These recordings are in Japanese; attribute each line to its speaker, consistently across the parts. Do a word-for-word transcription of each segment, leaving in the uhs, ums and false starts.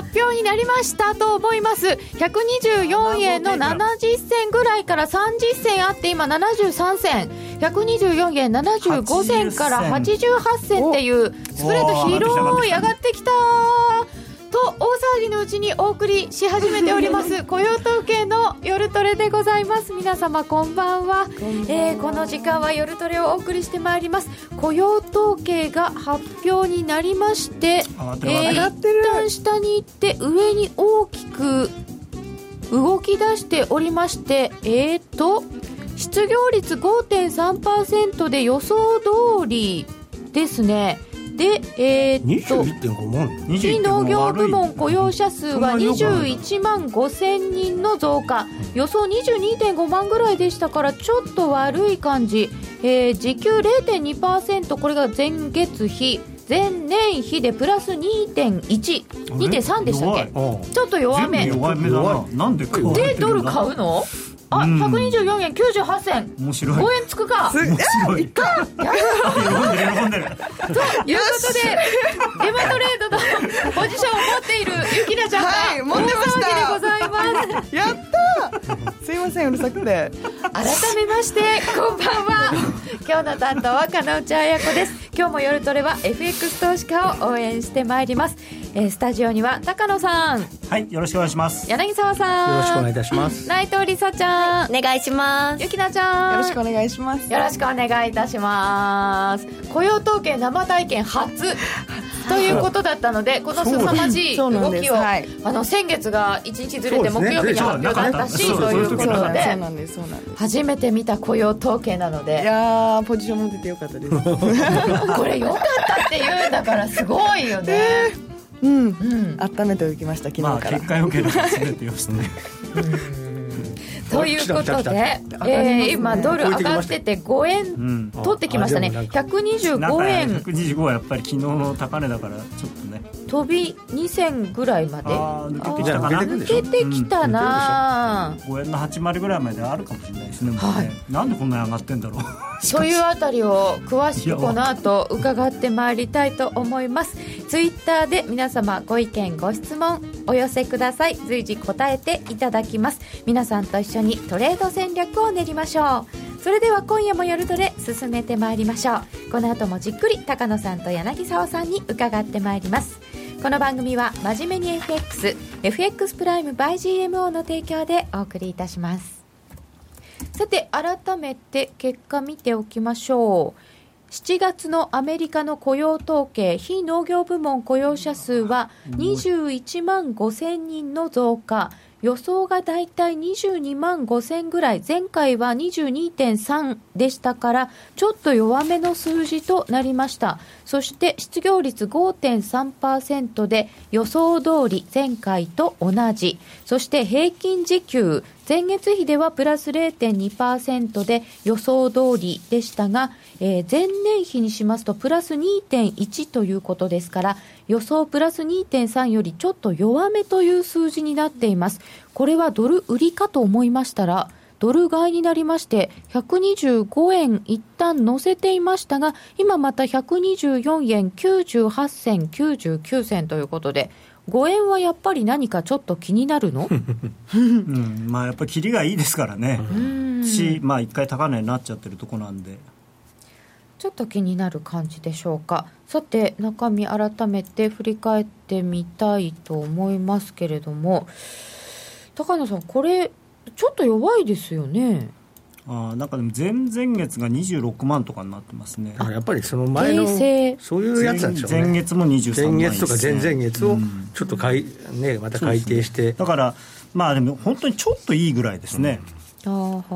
Speaker 1: 発表になりましたと思います。ひゃくにじゅうよんえんのななじゅっせんぐらいからさんじゅっせんあって今ななじゅうさんせん、ひゃくにじゅうよんえんななじゅうごせんからはちじゅうはっせんっていうスプレッド広い上がってきたと大騒ぎのうちにお送りし始めております雇用統計の夜トレでございます。皆様こんばんは。えー、この時間は夜トレをお送りしてまいります。雇用統計が発表になりまして、えー、一旦下に行って上に大きく動き出しておりまして、えーと失業率 ごてんさんパーセント で予想通りですね。で、えー、っと にじゅういってんごまん非農業部門雇用者数はにじゅういちまんごせんにんの増加、予想 にじゅうにてんごまんぐらいでしたからちょっと悪い感じ、えー、時給 れいてんにパーセント、 これが前月比前年比でプラス にてんいち、にてんさん でしたっけ。ちょっと弱め。
Speaker 2: 弱めだな。なんで買う
Speaker 1: でドル買うの？あ、ひゃくにじゅうよんえんきゅうじゅうはっせん。
Speaker 2: 面白い。
Speaker 1: ごえんつくか。
Speaker 2: 面白い。
Speaker 1: いった。喜ん
Speaker 2: でる喜んでる。
Speaker 1: ということでデマトレードのポジションを持っているゆきなちゃんが
Speaker 3: はい、持ってました。
Speaker 1: 大騒ぎでございます。
Speaker 3: やったー。すいませんうるさくて。
Speaker 1: 改めましてこんばんは。今日の担当は金内彩子です。今日も夜トレは エフエックス 投資家を応援してまいります。えー、スタジオには高野さん、
Speaker 2: はい、よろしくお願いします。
Speaker 1: 柳沢さん、
Speaker 4: よろしくお願いいたします。
Speaker 1: 内藤梨沙ちゃん、
Speaker 5: お願いします。
Speaker 1: ゆきなちゃん、
Speaker 3: よろしくお願いします。
Speaker 1: よろしくお願いいたします。雇用統計生体験初ということだったので、この凄まじい動きを、はい、あの先月がいちにちずれて木曜日に発表だったし、ということで初めて見た雇用統計なので、
Speaker 3: いやーポジション持っててよかったです
Speaker 1: これよかったって言うんだからすごいよね、えー
Speaker 3: うんうん、温めておきました昨日から、
Speaker 2: まあ、結果よければ全てよしね
Speaker 1: ということで、えー、今ドル上がっててごえん取ってきましたね、ひゃくにじゅうごえん。
Speaker 2: ひゃくにじゅうごはやっぱり昨日の高値だからちょっとね
Speaker 1: 飛びに銭ぐらいまで
Speaker 2: 抜けてきたかな。
Speaker 1: 抜けてきたな、
Speaker 2: うん、ごえんのはちじゅうぐらいまであるかもしれないですね、もうね、はい、なんでこんなに上がってんだろう
Speaker 1: というあたりを詳しくこの後伺ってまいりたいと思います。ツイッターで皆様ご意見ご質問お寄せください。随時答えていただきます。皆さんと一緒にトレード戦略を練りましょう。それでは今夜も夜トレ進めてまいりましょう。この後もじっくり高野さんと柳沢さんに伺ってまいります。この番組は真面目に エフエックス エフエックス プライム by ジーエムオー の提供でお送りいたします。さて改めて結果見ておきましょう。しちがつのアメリカの雇用統計非農業部門雇用者数はにじゅういちまんごせんにんの増加、予想がだいたいにじゅうにまんごせんぐらい、前回は にじゅうにてんさん でしたからちょっと弱めの数字となりました。そして失業率 ごてんさんパーセント で予想通り前回と同じ。そして平均時給前月比ではプラス れいてんにパーセント で予想通りでしたが、えー、前年比にしますとプラス にてんいち ということですから予想プラス にてんさん よりちょっと弱めという数字になっています。これはドル売りかと思いましたらドル買いになりましてひゃくにじゅうごえん一旦乗せていましたが今またひゃくにじゅうよんえんきゅうじゅうはっせんきゅうじゅうきゅうせんということでごえんはやっぱり何かちょっと気になるの、
Speaker 2: うん、まあやっぱりキリがいいですからね、うんし、まあ一回高値になっちゃってるとこなんで
Speaker 1: ちょっと気になる感じでしょうか。さて中身改めて振り返ってみたいと思いますけれども、高野さんこれちょっと弱いですよね。
Speaker 2: あなんかでも前々月がにじゅうろくまんとかになってますね。
Speaker 4: あやっぱりその前のそういうやつなんでしょうね。
Speaker 2: 前月もにじゅうさんまん、
Speaker 4: 前月とか前々月をちょっとかい、うんね、また改定して、ね、
Speaker 2: だからまあでも本当にちょっといいぐらいですね、
Speaker 4: うん、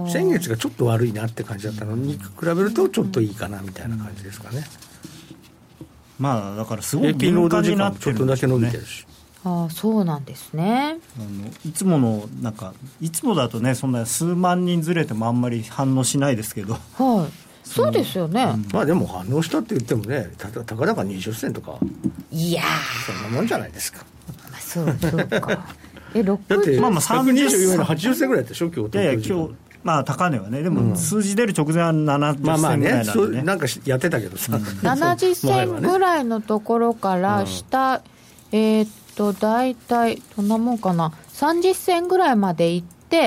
Speaker 4: 先月がちょっと悪いなって感じだったのに比べるとちょっといいかなみたいな感じですかね、うん、
Speaker 2: まあだからすごい敏感になってるんですよね。
Speaker 4: ちょっとだけ伸びてるし
Speaker 1: あそうなんですね。
Speaker 2: あのいつものなんかいつもだとねそんな数万人ずれてもあんまり反応しないですけど、
Speaker 1: はい、そうですよね、うん、
Speaker 4: まあでも反応したって言ってもねたたかだかにじゅっ銭とか
Speaker 1: いや
Speaker 4: そんなもんじゃないですか、
Speaker 1: まあ、そうそうかえろく
Speaker 4: だってまあまあひゃくにじゅうよんえんのはちじゅっ銭ぐらいだったでしょ今日。
Speaker 2: いやいや今日まあ高値はねでも数字出る直前はななじゅっ銭ぐらいなんでね、まあまあね
Speaker 4: なんかやってたけどさ、うん、
Speaker 1: ななじゅっ銭ぐらいのところから下、うんえー、っと大体どんなもんかな、さんじゅっ銭ぐらいまで行って、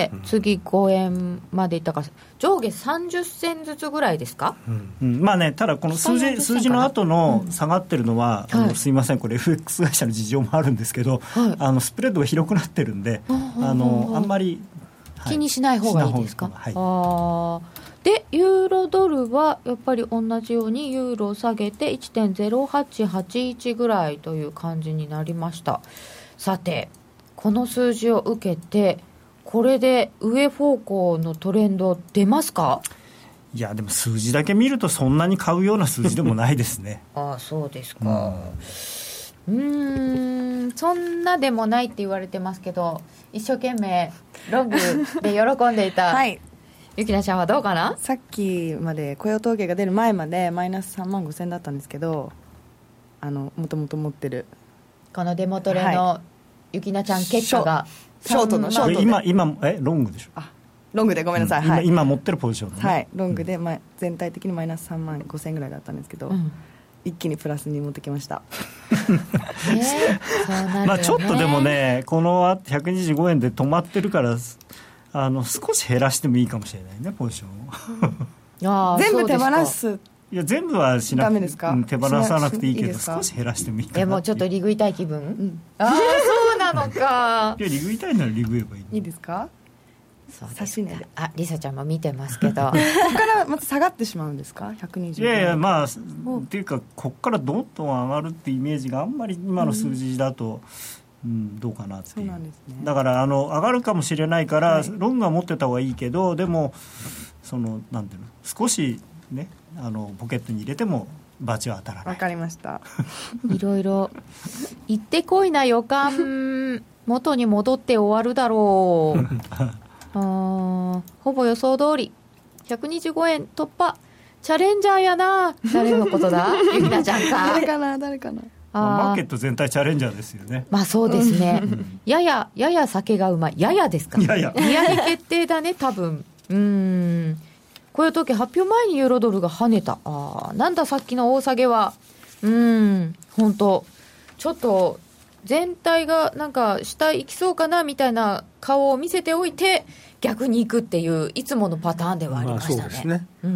Speaker 1: うん、次ごえんまで行ったか、上下さんじゅっ銭ずつぐらいですか、
Speaker 2: うんうん、まあね、ただこの数字、数字の後の下がってるのは、うん、あのすいません、これ エフエックス 会社の事情もあるんですけど、はい、あのスプレッドが広くなってるんで、あのあんまり、
Speaker 1: はい、気にしない方がいいですか。
Speaker 2: はい、
Speaker 1: あでユーロドルはやっぱり同じようにユーロを下げて いってんゼロはちはちいち ぐらいという感じになりました。さてこの数字を受けてこれで上方向のトレンド出ますか。
Speaker 2: いやでも数字だけ見るとそんなに買うような数字でもないですね
Speaker 1: ああそうですか。うーんそんなでもないって言われてますけど、一生懸命ロングで喜んでいたはいゆきなちゃんはどうかな。
Speaker 3: さっきまで雇用統計が出る前までマイナスさんまんごせんだったんですけど、あのもともと持ってる
Speaker 1: このデモトレのゆきなちゃん結果が
Speaker 3: ショートのショートで
Speaker 2: 今今えロングでしょ。
Speaker 3: あロングでごめんなさい、
Speaker 2: うん、
Speaker 3: はい、
Speaker 2: 今, 今持ってるポジション、ね、
Speaker 3: はいロングで、まあ、全体的にマイナスさんまんごせんぐらいだったんですけど、うん、一気にプラスに持ってきました
Speaker 1: ね、そうなるよね。
Speaker 2: まあちょっとでもねこのひゃくにじゅうごえんで止まってるからあの少し減らしてもいいかもしれないねポジションを
Speaker 3: あ全部手放す。
Speaker 2: いや全部はしなく
Speaker 3: ダメですか、
Speaker 2: うん、手放さなくていいけど少し減らしてもいいかな。
Speaker 1: でもちょっと利食いたい気分、うん、ああそうなのか
Speaker 2: いや利食いたいなら利食えばいい。
Speaker 3: いいですか。
Speaker 1: そうですか。あリサちゃんも見てますけどここ
Speaker 3: からまた下がってしまうんですかひゃくにじゅう。
Speaker 2: いやいやまあっていうかここからどんどん上がるってイメージがあんまり今の数字だと、うんうん、どうかなっていう。
Speaker 3: そうなんですね。
Speaker 2: だからあの上がるかもしれないから、はい、ロングは持ってた方がいいけどでもそのなんていうの少しねあのポケットに入れてもバチは当たらない。
Speaker 3: わかりました
Speaker 1: いろいろ行ってこいな予感元に戻って終わるだろうあほぼ予想通りひゃくにじゅうごえん突破チャレンジャーやな。誰のことだゆきなちゃんか
Speaker 3: 誰かな誰かな。
Speaker 2: あマーケット全体チャレンジャーですよね。
Speaker 1: まあそうですね、うん、やややや酒がうまいややですか
Speaker 2: やや
Speaker 1: やや決定だね多分。うーん雇用統計発表前にユーロドルが跳ねた。あなんださっきの大下げは。うーん本当ちょっと全体がなんか下行きそうかなみたいな顔を見せておいて逆に行くっていういつものパターンではありましたね。
Speaker 4: まあ、そうですね。
Speaker 1: うん、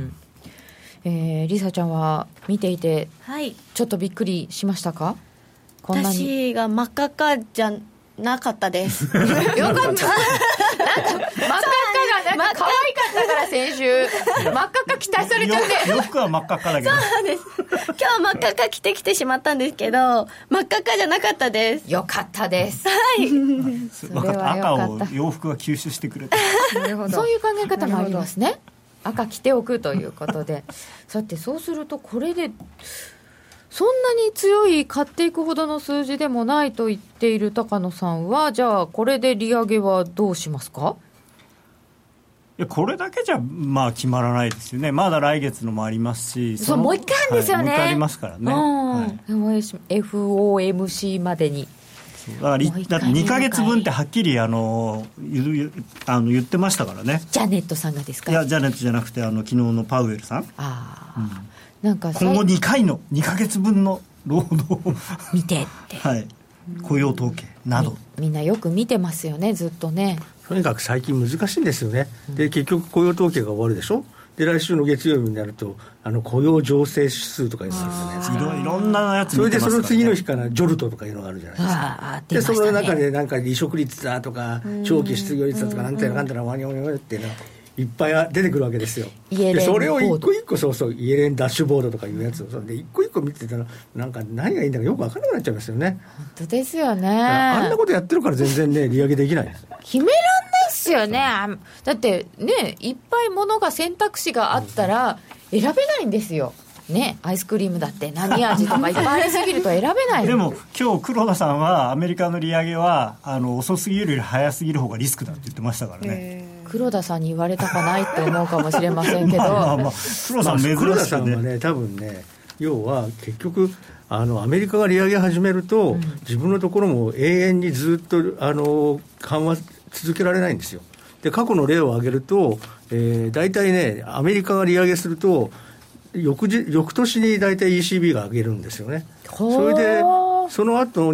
Speaker 1: えー、リサちゃんは見ていて、
Speaker 5: はい、
Speaker 1: ちょっとびっくりしましたか。こんなに
Speaker 5: 私が真っ赤っかじゃなかったですよかったなんか真っ赤っかがなんか可愛かったから先週真っ赤っか期待されちゃって
Speaker 2: 洋服は真っ赤っかだけど
Speaker 5: そうなんです今日は真っ赤っか着てきてしまったんですけど真っ赤っかじゃなかったです。
Speaker 1: よかったです
Speaker 5: はい
Speaker 1: それはよかった。
Speaker 2: 赤を洋服が吸収してくれた
Speaker 1: なるほどそういう考え方もありますね。赤着ておくということでさてそうするとこれでそんなに強い買っていくほどの数字でもないと言っている高野さんはじゃあこれで利上げはどうしますか。
Speaker 2: いやこれだけじゃまあ決まらないですよね。まだ来月のもありますし
Speaker 1: そうもう一回あるんですよね、
Speaker 2: はい、もう一回ありますからね、
Speaker 1: はい、エフオーエムシー までに
Speaker 2: だからだってにかげつぶんってはっきりあのゆあの言ってましたからね。
Speaker 1: ジャネットさんがですか。
Speaker 2: いやジャネットじゃなくてあの昨日のパウエルさん
Speaker 1: あ、
Speaker 2: うん
Speaker 1: なんか
Speaker 2: 今後にかいのにかげつぶんの労働を
Speaker 1: 見てって、
Speaker 2: はい、雇用統計など
Speaker 1: み, みんなよく見てますよねずっとね。
Speaker 4: とにかく最近難しいんですよね。で結局雇用統計が終わるでしょ。で来週の月曜日になるとあの雇用情勢指数とかいうのがあるんですね。
Speaker 2: いろいろんなやつ
Speaker 4: 見てますからね。それでその次の日からジョルトとかいうのがあるじゃないですか。
Speaker 1: あ
Speaker 4: でその中でなんか離職率だとか長期失業率だとかなんていうのかんていうのワニョワニョっていうのいっぱい出てくるわけですよ。でそれを一個一個そうそうイエレンダッシュボードとかいうやつをそれで一個一個見てたらなんか何がいいんだかよく分からなくなっちゃいますよね。
Speaker 1: 本当ですよね。
Speaker 4: あんなことやってるから全然ね利上げできないです。
Speaker 1: 決めらんないっすよね。だってねいっぱいものが選択肢があったら選べないんですよね。アイスクリームだって何味とかいっぱいありすぎると選べない
Speaker 2: でも今日黒田さんはアメリカの利上げはあの遅すぎるより早すぎる方がリスクだって言ってましたからね。
Speaker 1: 黒田さんに言われたかないって思うかもしれませんけどまあまあ、まあ、
Speaker 2: 黒田さん珍しくね、
Speaker 4: 黒田さんはね多分ね要は結局あのアメリカが利上げ始めると、うん、自分のところも永遠にずっとあの緩和続けられないんですよ。で過去の例を挙げると、えー、大体ねアメリカが利上げすると翌日翌年に大体 イーシービー が上げるんですよね。それでその後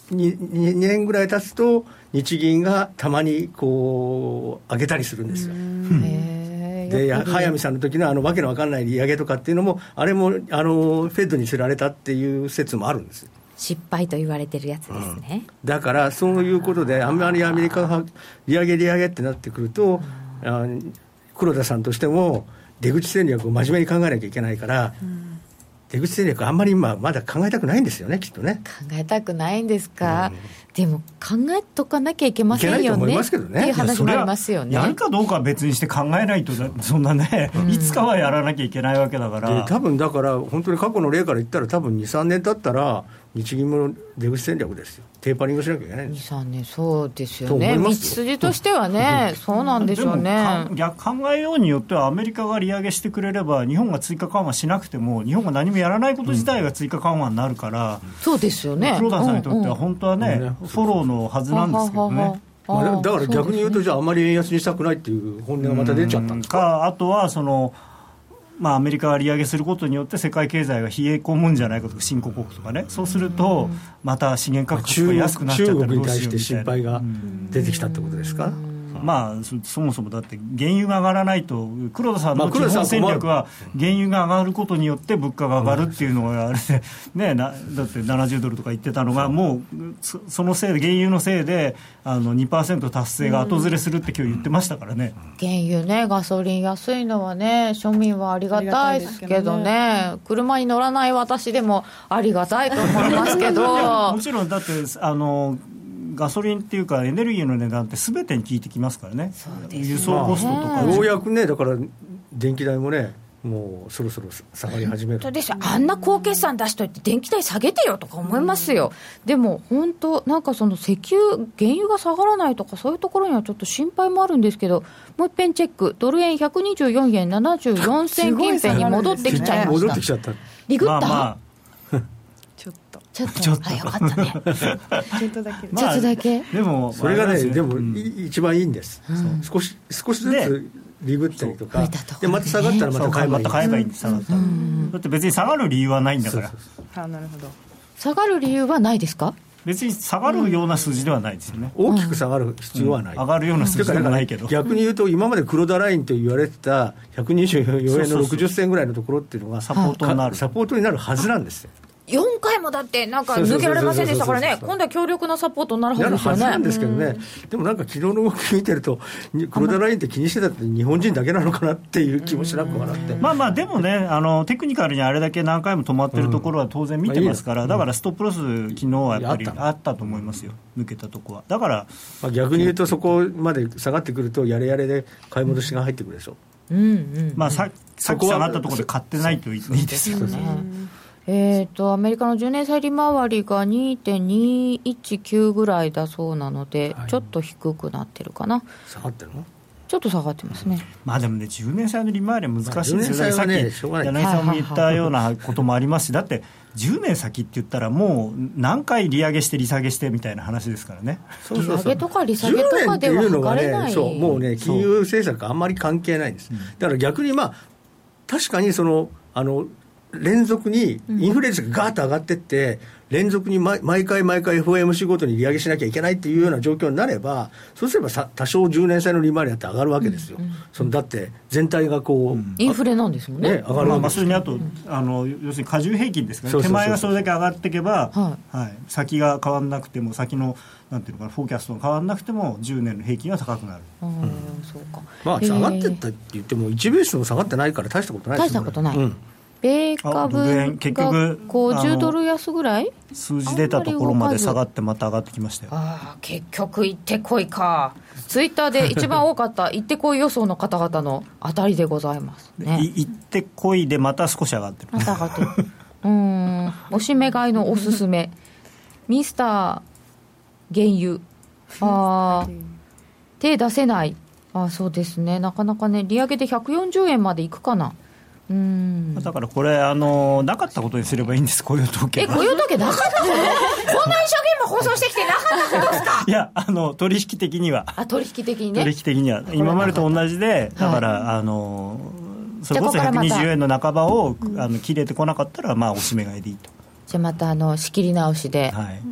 Speaker 4: に, にねんぐらい経つと日銀がたまにこう上げたりするんですよ。で早見さんの時のあのわけのわかんない利上げとかっていうのもあれもあのフェッドに釣られたっていう説もあるんですよ。
Speaker 1: 失敗と言われてるやつですね、
Speaker 4: うん、だからそういうことであんまりアメリカが利上げ利上げってなってくると、うん、あ黒田さんとしても出口戦略を真面目に考えなきゃいけないから、うん、出口戦略あんまり今まだ考えたくないんですよね、きっとね。
Speaker 1: 考えたくないんですか、うん、でも考えとかなきゃいけませんよね。いけないと思いますけどね。っていう話もありますよね。
Speaker 2: やるかどうかは別にして考えないとそんなね、うん、いつかはやらなきゃいけないわけだから。
Speaker 4: 多分だから本当に過去の例から言ったら多分 にさんねん経ったら日銀も出口戦略ですよ。テーパリングしなきゃいけないんです。
Speaker 1: にさんねんそうですよね。道筋としてはねそうなんでしょうね。
Speaker 2: でも逆考えようによってはアメリカが利上げしてくれれば日本が追加緩和しなくても日本が何もやらないこと自体が追加緩和になるから、
Speaker 1: うん、そうですよね。
Speaker 2: 黒田さんにとっては本当はね、うんうん、フォローのはずなんですけどね。
Speaker 4: まあ、だから逆に言うとじゃああまり円安にしたくないっていう本音がまた出ちゃったんですか。
Speaker 2: かあとはそのまあ、アメリカが利上げすることによって世界経済が冷え込むんじゃないかとか新興国とかね。そうするとまた資源価格が安くなっちゃったらどうしようみたいな。
Speaker 4: 中国に対して心配が出てきたってことですか。
Speaker 2: まあ、そ, そもそもだって原油が上がらないと黒田さんの基本戦略は原油が上がることによって物価が上がるっていうのがあれで、ね、なだってななじゅうドルとか言ってたのがもう そ, そのせいで原油のせいであの にパーセント 達成が後ずれするって今日言ってましたからね。
Speaker 1: 原油ねガソリン安いのはね庶民はありがたいですけど ね, ね車に乗らない私でもありがたいと思いますけど
Speaker 2: もちろんだってあのガソリンっていうかエネルギーの値段って全てに効いてきますからね。輸送コストとか、
Speaker 4: ようやくねだから電気代もねもうそろそろ下がり始める。
Speaker 1: 本当ですよ。あんな高決算出しといて電気代下げてよとか思いますよ。でも本当なんかその石油原油が下がらないとかそういうところにはちょっと心配もあるんですけど、もう一遍チェック。ドル円ひゃくにじゅうよんえんななじゅうよん銭近辺に戻ってきちゃいました。
Speaker 4: 戻ってきちゃった。
Speaker 1: リグった、まあまあ、
Speaker 3: ちょっと
Speaker 1: ちょっとちょっとあよかったね
Speaker 3: ちょっとだけ、
Speaker 1: まあ、ちょっとだけ
Speaker 2: でも
Speaker 4: それがねでも、うん、一番いいんです、うん、少し少しずつリグったりとか、ね、でまた下がったらまた買えばいい、
Speaker 2: また買えばいいんです、下がったら、うん、だって別に下がる理由はないんだから。
Speaker 3: そうそうそう。あ、なるほど。
Speaker 1: 下がる理由はないですか。
Speaker 2: 別に下がるような数字ではないですよね、
Speaker 4: うん、大きく下がる必要はない、
Speaker 2: うん、上がるような数字ではないけど、
Speaker 4: 逆に言うと今まで黒田ラインと言われてたひゃくにじゅうよえんのろくじゅっ銭ぐらいのところっていうのが
Speaker 2: サポートになる、
Speaker 4: サポートになるはずなんですよ。
Speaker 1: よんかいもだってなんか抜けられませんでしたからね。今度は強力なサポートになるはずですよね。
Speaker 4: なるはずなんですけどね。でもなんか昨日の動き見てると黒田ラインって気にしてたって日本人だけなのかなっていう気もしなくもなって、
Speaker 2: まあまあでもねあのテクニカルにあれだけ何回も止まってるところは当然見てますから、うんまあ、いいだからストップロス昨日はやっぱりあったと思いますよ、抜けたとこは。だから、
Speaker 4: まあ、逆に言うとそこまで下がってくるとやれやれで買い戻しが入ってくるでしょう、
Speaker 1: うんうん、
Speaker 2: まあ、さ, さっき下がったところで買ってないといいですよね。
Speaker 1: えー、とアメリカのじゅうねん債利回りが にてんにいちきゅう ぐらいだそうなので、はい、ちょっと低くなってるかな。
Speaker 4: 下がってるの？
Speaker 1: ちょっと下がってますね。
Speaker 2: まあでもねじゅうねん債の利回りは難しいですよね。
Speaker 4: まあ、ね
Speaker 2: さっき柳さんも言ったようなこともありますし、だってじゅうねん先って言ったらもう何回利上げして利下げしてみたいな話ですからね。
Speaker 1: そうそうそう、利上げとか利下げとかでは測れない、
Speaker 4: ね、そうもうね金融政策あんまり関係ないんです。だから逆にまあ確かにそのあの連続にインフレ率がガーッと上がっていって、うん、連続に 毎, 毎回毎回 エフオーエムシー ごとに利上げしなきゃいけないっていうような状況になれば、そうすればさ多少じゅうねん債の利回りだって上がるわけですよ、うんうん、そのだって全体がこう、うん、
Speaker 1: インフレなんですもん ね, ね
Speaker 2: 上がるわけです、まあ、まあそれにあと、うん、あの要するに過重平均ですから、ね、手前がそれだけ上がっていけば、はいはい、先が変わらなくても先のなんていうのかなフォーキャストが変わらなくてもじゅうねんの平均は高くなる、うんうん、
Speaker 4: そうか、まあ、下がってったって言ってもいちベースも下がってないから大したことないですよね。
Speaker 1: 大したことない、うん米株がごじゅうドル安ぐらい
Speaker 2: 数字出たところまで下がってまた上がってきましたよ。
Speaker 1: あ結局行ってこいか。ツイッターで一番多かった行ってこい予想の方々の当たりでございます、ね、
Speaker 2: 行ってこいでまた少し上がってる、
Speaker 1: また上がってるうーんおしめ買いのおすすめミスター原油あ手出せない。あそうですね、なかなかね利上げでひゃくよんじゅうえんまでいくかな。うーん
Speaker 2: だからこれあのなかったことにすればいいんです。雇用統計
Speaker 1: え雇用統計なかったことこんな一生懸命放送してきてなかったことですか
Speaker 2: いやあの取引的には
Speaker 1: あ取引的にね
Speaker 2: 取引的には今までと同じでだから、はい、あのそれこそひゃくにじゅうえんの半ばを、うん、あの切れてこなかったらまあおしめ買いでいいと。
Speaker 1: じゃあまたあの仕切り直しで、はい、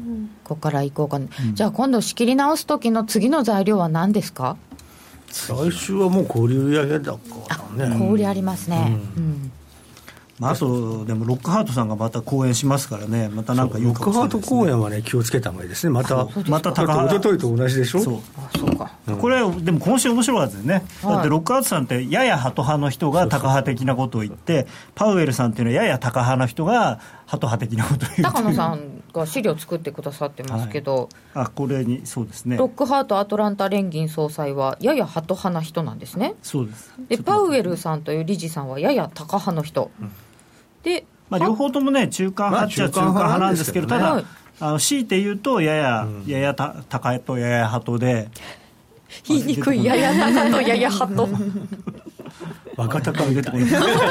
Speaker 1: ここから行こうか、うん、じゃあ今度仕切り直す時の次の材料は何ですか？
Speaker 4: 来週はもう小売売上高だね。
Speaker 1: 小売ありますね、うんうん
Speaker 2: まあ、あとでもロックハートさんがまた講演しますからね、またなんか言うかもしれないですね。
Speaker 4: ロックハート講演はね気をつけた方がいいですね。また
Speaker 2: また高
Speaker 4: おとといと同じでしょ。
Speaker 2: そう
Speaker 1: あそうか、
Speaker 2: うん、これでも今週面白かったですね、はい、だってロックハートさんってややハト派の人がタカ派的なことを言って、そうそうパウエルさんっていうのはややタカ派の人がハト派的なことを言って
Speaker 1: 高野さんが資料作ってくださってますけど、
Speaker 2: はい、あこれにそうですね。
Speaker 1: ロックハートアトランタ連銀総裁はややハト派な人なんですね。
Speaker 2: そうです。
Speaker 1: でパウエルさんという理事さんはややタカ派の人、うん、で
Speaker 2: まあ、両方ともね中間派っちゃ中間派なんですけど、ただ、はい、あの強いて言うとやや、うん、ややた高いとややハトで
Speaker 1: 言いにくいやや高とややハト
Speaker 4: 若高が出てこない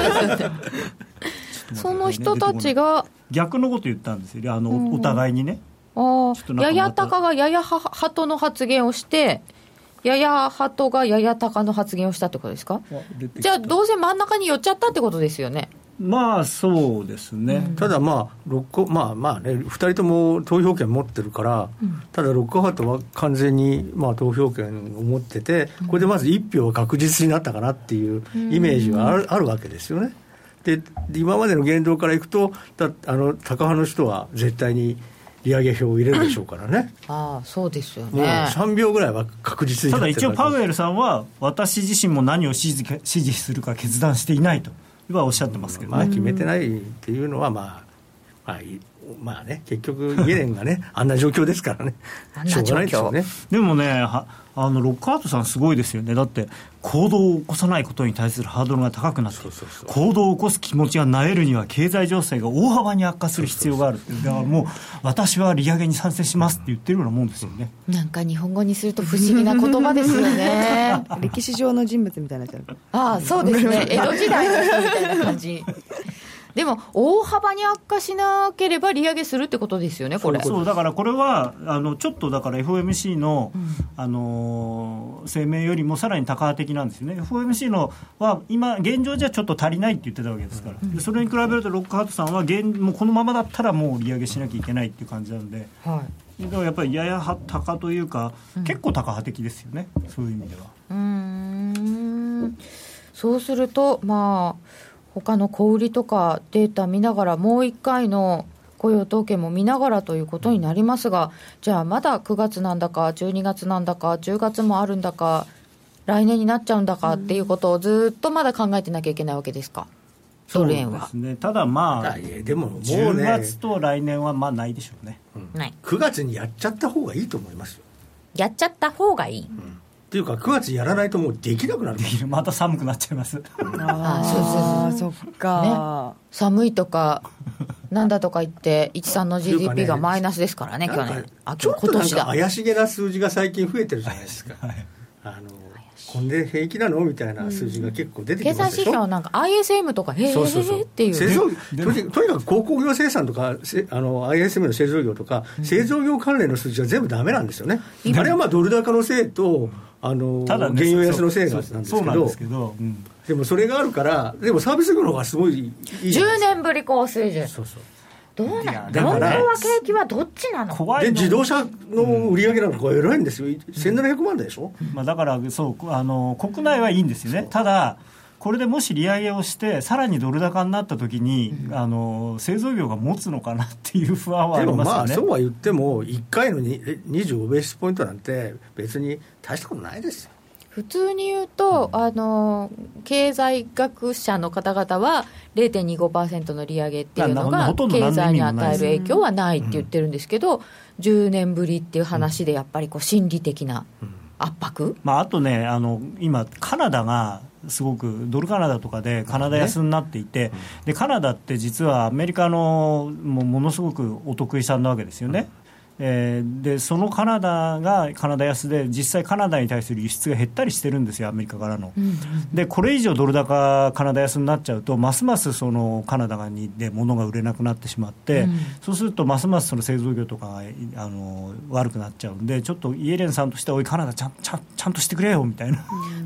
Speaker 1: その人たちが
Speaker 2: 逆のこと言ったんですよ、あの、うん、お互いにね。
Speaker 1: あやや高がややハトの発言をしてややハトがやや高の発言をしたってことですか？じゃあどうせ真ん中に寄っちゃったってことですよね。
Speaker 2: まあそうですね、うん、
Speaker 4: ただまあロックまあまあねふたりとも投票権持ってるから、うん、ただロックハートは完全にまあ投票権を持ってて、これでまずいち票は確実になったかなっていうイメージはある、うん、あるわけですよね。で今までの言動からいくとだあのタカ派の人は絶対に利上げ票を入れるでしょうからね。
Speaker 1: ああそうですよね。
Speaker 4: もうさんびょうぐらいは確実になってる。
Speaker 2: ただ一応パウエルさんは私自身も何を支持、支持するか決断していないとはおっしゃってますけどね、
Speaker 4: まあ、決めてないっていうのはまあ、まあ、まあね結局イエレンがねあんな状況ですからねしょうがないですよね。
Speaker 2: でもねはあのロックハートさんすごいですよね。だって行動を起こさないことに対するハードルが高くなって、そうそうそう行動を起こす気持ちがなえるには経済情勢が大幅に悪化する必要があるって、だからもう私は利上げに賛成しますって言ってるようなもんですよね。
Speaker 1: なんか日本語にすると不思議な言葉ですよね
Speaker 3: 歴史上の人物みたいになっちゃう。
Speaker 1: ああそうですね江戸時代の人みたいな感じでも大幅に悪化しなければ利上げするってことですよねこれ。
Speaker 2: そうだからこれはあのちょっとだから エフオーエムシー の、うん、あの声明よりもさらに高派的なんですよね。 エフオーエムシー のは今現状じゃちょっと足りないって言ってたわけですから、うん、でそれに比べるとロックハートさんは現もうこのままだったらもう利上げしなきゃいけないっていう感じなので、はい、だからやっぱりやや高というか、うん、結構高派的ですよねそういう意味では。
Speaker 1: うーんそうするとまあ他の小売りとかデータ見ながらもういっかいの雇用統計も見ながらということになりますが、じゃあまだくがつなんだかじゅうにがつなんだかじゅうがつもあるんだか来年になっちゃうんだかっていうことをずっとまだ考えてなきゃいけないわけですか、ドル円は。
Speaker 2: そうですね、ただまあ
Speaker 4: でももう、ね、
Speaker 2: じゅうがつと来年はまあないでしょうね、
Speaker 4: うん、ないくがつにやっちゃった方がいいと思いますよ。
Speaker 1: やっちゃった方がいい、うん
Speaker 4: っていうかくがつやらないともうできなくなる。
Speaker 2: また寒くなっちゃいます
Speaker 3: ああそうそうそっか、
Speaker 1: ね、寒いとかなんだとか言っていちさんの ジーディーピー がマイナスですからね去年。
Speaker 4: あちょっとなんか怪しげな数字が最近増えてるじゃないですか、はい、あのこんで平気なのみたいな数字が結構出てきますでしょ、うん、経済指標なんか
Speaker 1: アイエスエム とかへーっていう製造
Speaker 4: とにとにかく鉱工業生産とかあの アイエスエム の製造業とか、うん、製造業関連の数字は全部ダメなんですよね、うん、あれはまあドル高のせいとあの、ただね、原油安のせいなんですけど、
Speaker 2: そうなんですけど、うん、
Speaker 4: でもそれがあるからでもサービス業の方がすごいいい
Speaker 1: じゅうねんぶり高水準。そうそうどうなの本当は景気はどっちなの。
Speaker 4: 怖いので自動車の売り上げなんか偉いんですよ、うん、せんななひゃくまんでしょ、
Speaker 2: まあ、だからそうあの国内はいいんですよね。ただこれでもし利上げをしてさらにドル高になった時に、うん、あの製造業が持つのかなっていう不安はありますよね。でもまあ
Speaker 4: そうは言ってもいっかいのににじゅうごベーシスポイントなんて別に大したことないですよ。
Speaker 1: 普通に言うと、うん、あの経済学者の方々は れいてんにごパーセント の利上げっていうのが経済に与える影響はないって言ってるんですけど、うん、じゅうねんぶりっていう話でやっぱりこう心理的な圧迫、うん
Speaker 2: まあ、あとねあの今カナダがすごくドルカナダとかでカナダ安になっていて、でカナダって実はアメリカのもものすごくお得意さんなわけですよね、えー、でそのカナダがカナダ安で実際カナダに対する輸出が減ったりしてるんですよアメリカからの、うんうん、でこれ以上ドル高カナダ安になっちゃうとますますそのカナダにで物が売れなくなってしまって、うん、そうするとますますその製造業とかがあの悪くなっちゃうんでちょっとイエレンさんとしてはおいカナダちゃんちゃんちゃんとしてくれよみたいな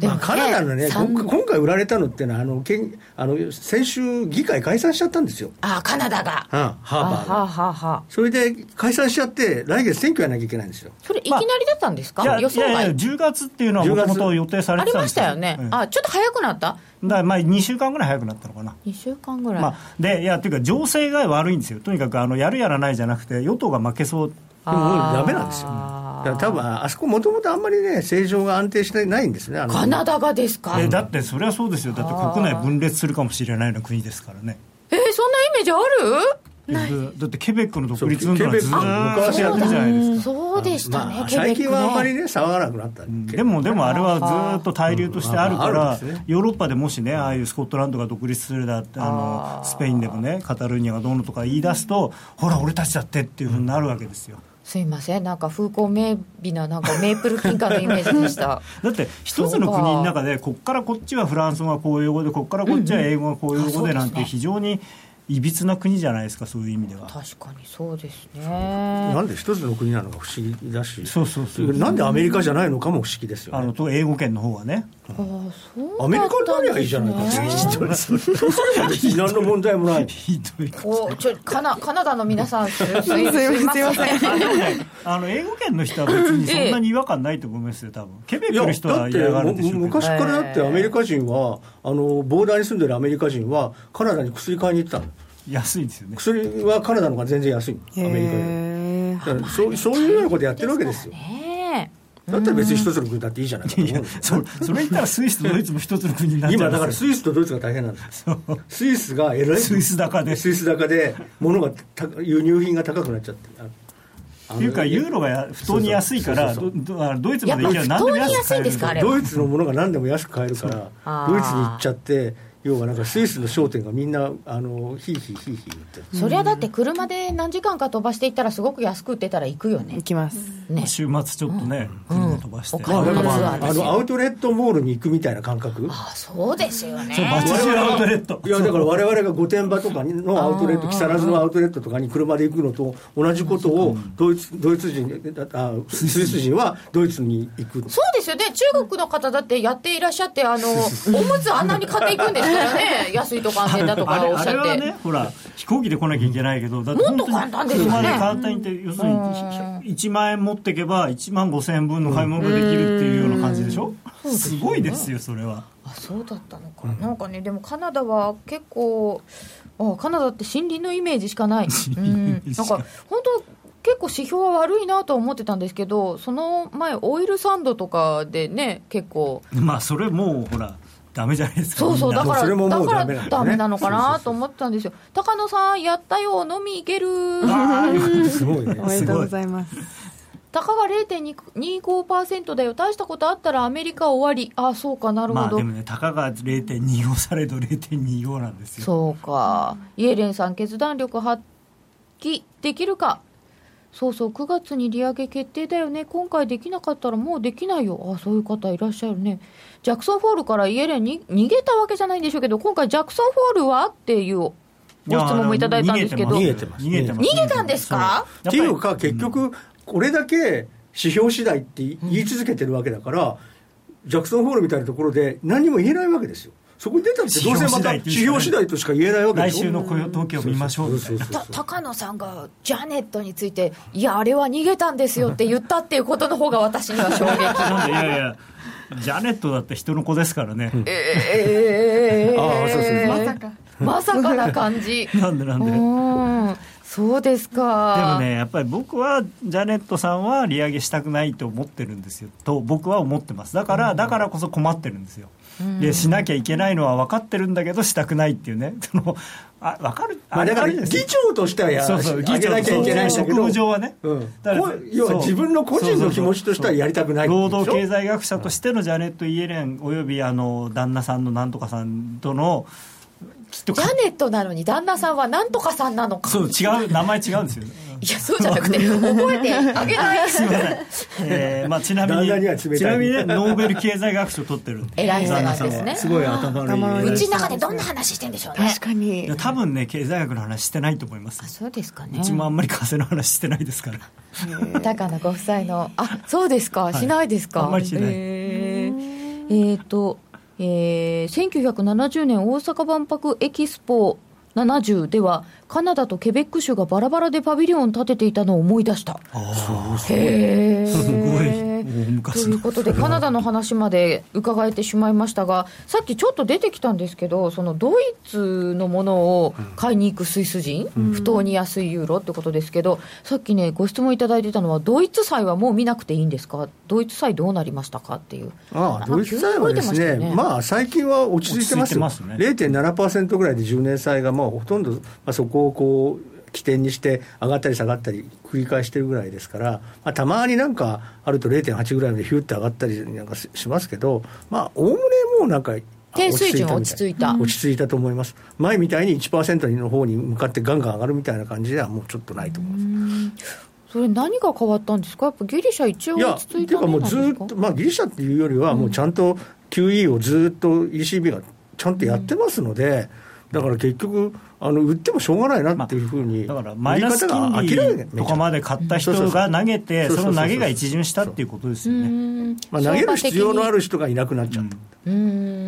Speaker 1: でもね、
Speaker 4: まあ、カナダのね、今回売られたのってのはあのけんあの先週議会解散しちゃったんですよ。
Speaker 1: あ、カナダが、
Speaker 4: うん、ハーバーが
Speaker 1: はあはあはあ、
Speaker 4: それで解散しちゃって来月選挙やらなきゃいけないんですよ。
Speaker 1: それいきなりだったんですか、
Speaker 2: まあ、
Speaker 1: 予想外。
Speaker 2: いやいやじゅうがつっていうのはもともと予定されてたんですよ。
Speaker 1: ありましたよね、
Speaker 2: うん、
Speaker 1: あ、ちょっと早くなった。
Speaker 2: だからまあにしゅうかんぐらい早くなったのかな。
Speaker 1: にしゅうかんぐらい、
Speaker 2: まあ、でいやというか情勢が悪いんですよ。とにかくあのやるやらないじゃなくて与党が負けそう。
Speaker 4: でももうダメなんですよ。だから多分あそこもともとあんまりね政情が安定してないんですね。あの
Speaker 1: カナダがですか。
Speaker 2: えだってそれはそうですよ。だって国内分裂するかもしれないような国ですからね。
Speaker 1: えー、そんなイメージある？
Speaker 2: だってケベックの独立運動はずっと昔やってるじゃないですか。
Speaker 1: そうでしたね、
Speaker 4: まあ、
Speaker 1: ケベックね。
Speaker 4: 最近はあんまりね騒がなくなった、うん、
Speaker 2: でもでもあれはずっと対流としてあるから、
Speaker 4: うんね、
Speaker 2: ヨーロッパでもしねああいうスコットランドが独立するだってあのスペインでもねカタルーニャがどうのとか言い出すとほら俺たちだってっていうふうになるわけですよ。
Speaker 1: すいません、なんか風光明媚ななんかメープル金貨のイメージでした
Speaker 2: だって一つの国の中でこっからこっちはフランス語がこういう語でこっからこっちは英語がこういう語でなんて非常にいびつな国じゃないですか。そういう意味では
Speaker 1: 確かにそうですね。
Speaker 4: なんで一つの国なのか不思議だし、
Speaker 2: そうそうそう、
Speaker 4: なんでアメリカじゃないのかも不思議ですよね。
Speaker 2: あのと英語圏の方はね、
Speaker 1: ああそう
Speaker 4: アメリカになりゃいいじゃないかそうすれば別に何の問題もない
Speaker 2: ひどい
Speaker 1: おちょカナ、カナダの皆さんすいません
Speaker 2: あでもねあの英語圏の人は別にそんなに違和感ないと思いますよ多分。ケベックの人は嫌がるんでしょうけど。
Speaker 4: 昔からだってアメリカ人はあのボーダーに住んでるアメリカ人はカナダに薬買いに行ったの。
Speaker 2: 安いですよね。
Speaker 4: 薬はカナダの方が全然安いアメリカで。だからそう、そういうようなことやってるわけですよ。だったら別に一つの国だっていいじゃないかと思うんですよ。
Speaker 2: そ, それ言ったらスイスとドイツも一つの国になっちゃう。
Speaker 4: 今だからスイスとドイツが大変なんですスイスがえらい
Speaker 2: スイス高で
Speaker 4: スイス高で物が輸入品が高くなっちゃって
Speaker 2: っていうかユーロが不当に安いからドイツまで行けば何でも安く買える。
Speaker 4: ドイツのものが何でも安く買えるからドイツに行っちゃって要はなんかスイスの商店がみんなあのヒーヒーヒーヒー言ってる。
Speaker 1: そりゃだって車で何時間か飛ばしていったらすごく安く売ってたら行くよね。
Speaker 3: 行きます、
Speaker 1: ね、
Speaker 2: 週末ちょっとね、うん、車飛ばして、
Speaker 1: うん、お金の
Speaker 4: まあ、あのアウトレットモールに行くみたいな感覚。
Speaker 1: ああそうですよね。
Speaker 2: そう街中アウトレット。
Speaker 4: いやだから我々が御殿場とかのアウトレット木更津のアウトレットとかに車で行くのと同じことをドイツ、ドイツ人あスイス人はドイツに行く。
Speaker 1: そうですよね。中国の方だってやっていらっしゃってあのおむつあんなに買っていくんですからね安いとか安全だとかおっしゃって。
Speaker 2: あれはねほら飛行機で来なきゃいけないけどだって
Speaker 1: もっと簡単ですよね。
Speaker 2: 車で簡単にって要するにいちまん円持っていけばいちまんごせんえん分の買い物ができるっていうような感じでしょ、うん、すごいですよそれは。
Speaker 1: あそうだったのか、うん、なんかねでもカナダは結構あカナダって森林のイメージしかない、うん、なんか本当結構指標は悪いなと思ってたんですけどその前オイルサンドとかでね結構
Speaker 2: まあそれもうほらダメじゃないですか。
Speaker 1: そうそうだから
Speaker 4: それももう
Speaker 1: だから
Speaker 4: ダメなんだね
Speaker 1: ダメなのかなと思ってたんですよ。高野さんやったよ飲み行ける
Speaker 4: すごいね。
Speaker 3: おめでとうございます。
Speaker 1: たかが れいてんにじゅうごパーセント だよ大したことあったらアメリカ終わり。あそうかなるほど。
Speaker 2: まあでもねたかが れいてんにじゅうご されど れいてんにじゅうご なんですよ。
Speaker 1: そうかイエレンさん決断力発揮できるか。そうそうくがつに利上げ決定だよね。今回できなかったらもうできないよ。あそういう方いらっしゃるね。ジャクソンフォールからイエレンに逃げたわけじゃないんでしょうけど今回ジャクソンフォールはっていうご質問もいただいたんですけど
Speaker 4: 逃げてます
Speaker 2: 逃げてます
Speaker 1: 逃げたんですか
Speaker 4: っていうか結局これだけ指標次第って言い続けてるわけだから、うん、ジャクソンフォールみたいなところで何も言えないわけですよ。そこに出たってどうせまた指標次第としか言えないわけでしょ。
Speaker 2: 来週の雇用統計を見ましょうみたいな。
Speaker 1: 高野さんがジャネットについていやあれは逃げたんですよって言ったっていうことの方が私には衝撃
Speaker 2: なんでいやいやジャネットだって人の子ですからね。
Speaker 1: えー、えー、
Speaker 4: ああそうそう
Speaker 1: まさかまさかな感じ
Speaker 2: なんでなんで
Speaker 1: うんそうですか。
Speaker 2: でもねやっぱり僕はジャネットさんは利上げしたくないと思ってるんですよと僕は思ってます。だから、うん、だからこそ困ってるんですよ。でしなきゃいけないのは分かってるんだけどしたくないっていうねそのあ分かる、
Speaker 4: まあ、だから議長としてはや
Speaker 2: そうそう
Speaker 4: 上げなきゃいけないんだけど
Speaker 2: 職務上はね、
Speaker 4: うん、だから要は自分の個人の気持ちとしてはやりたくない
Speaker 2: 労働経済学者としてのジャネット・イエレンおよびあの旦那さんのなんとかさんとの
Speaker 1: きっとジャネットなのに旦那さんはなんとかさんなのか。
Speaker 2: そう違う名前違うんですよ
Speaker 1: いやそうじゃなくて覚えてあげない
Speaker 2: すいません、えーまあ、ちなみにちなみにねノーベル経済学賞取ってる
Speaker 1: 偉い人なんですね。
Speaker 2: すごい頭のいいう
Speaker 1: ちの中でどんな話してんでしょうね。
Speaker 3: 確かに
Speaker 2: いや多分ね経済学の話してないと思います。
Speaker 1: あそうですかね。
Speaker 2: うちもあんまり為替の話してないですから
Speaker 1: 高野ご夫妻のあそうですか、はい、しないですか。
Speaker 2: あんまりしない。
Speaker 1: えーえっと、えー、せんきゅうひゃくななじゅうねん大阪万博エキスポななじゅうではカナダとケベック州がバラバラでパビリオンを建てていたのを思い出した。
Speaker 2: ああ、
Speaker 1: へー、
Speaker 2: すごい
Speaker 1: ということでカナダの話まで伺えてしまいましたが、さっきちょっと出てきたんですけど、そのドイツのものを買いに行くスイス人、うん、不当に安いユーロってことですけど、さっきねご質問いただいてたのは、ドイツ債はもう見なくていいんですか、ドイツ債どうなりましたかっていう。
Speaker 4: ああ、ドイツ債はですね、ね、まあ最近は落ち着いてますよ。ますね、ゼロてんななパーセント ぐらいでじゅうねん債がもうほとんど、まあ、そこをこう起点にして上がったり下がったり繰り返してるぐらいですから、まあ、たまになんかあると ゼロてんはち ぐらいまでヒュッて上がったりなんかしますけど、まあおおむねもうなんか
Speaker 1: 低水準落ち着いた
Speaker 4: 落ち着いたと思います。前みたいに いちパーセント の方に向かってガンガン上がるみたいな感じではもうちょっとないと思います。
Speaker 1: それ何が変わったんですか。やっぱギリシャ一応落ち着いたんですか。いや、ていうかもうずっと、まあ、ギリシャっていうよりはもうちゃんと キューイー をずっと イーシービー がちゃんとやってますので、うん、だから結局あの売ってもしょうがないなっていうふうに、
Speaker 2: まあ、だからマイナス金利とかまで買った人が投げて、その投げが一巡したっていうことですよね。
Speaker 4: まあ、投げる必要のある人がいなくなっちゃった、うん、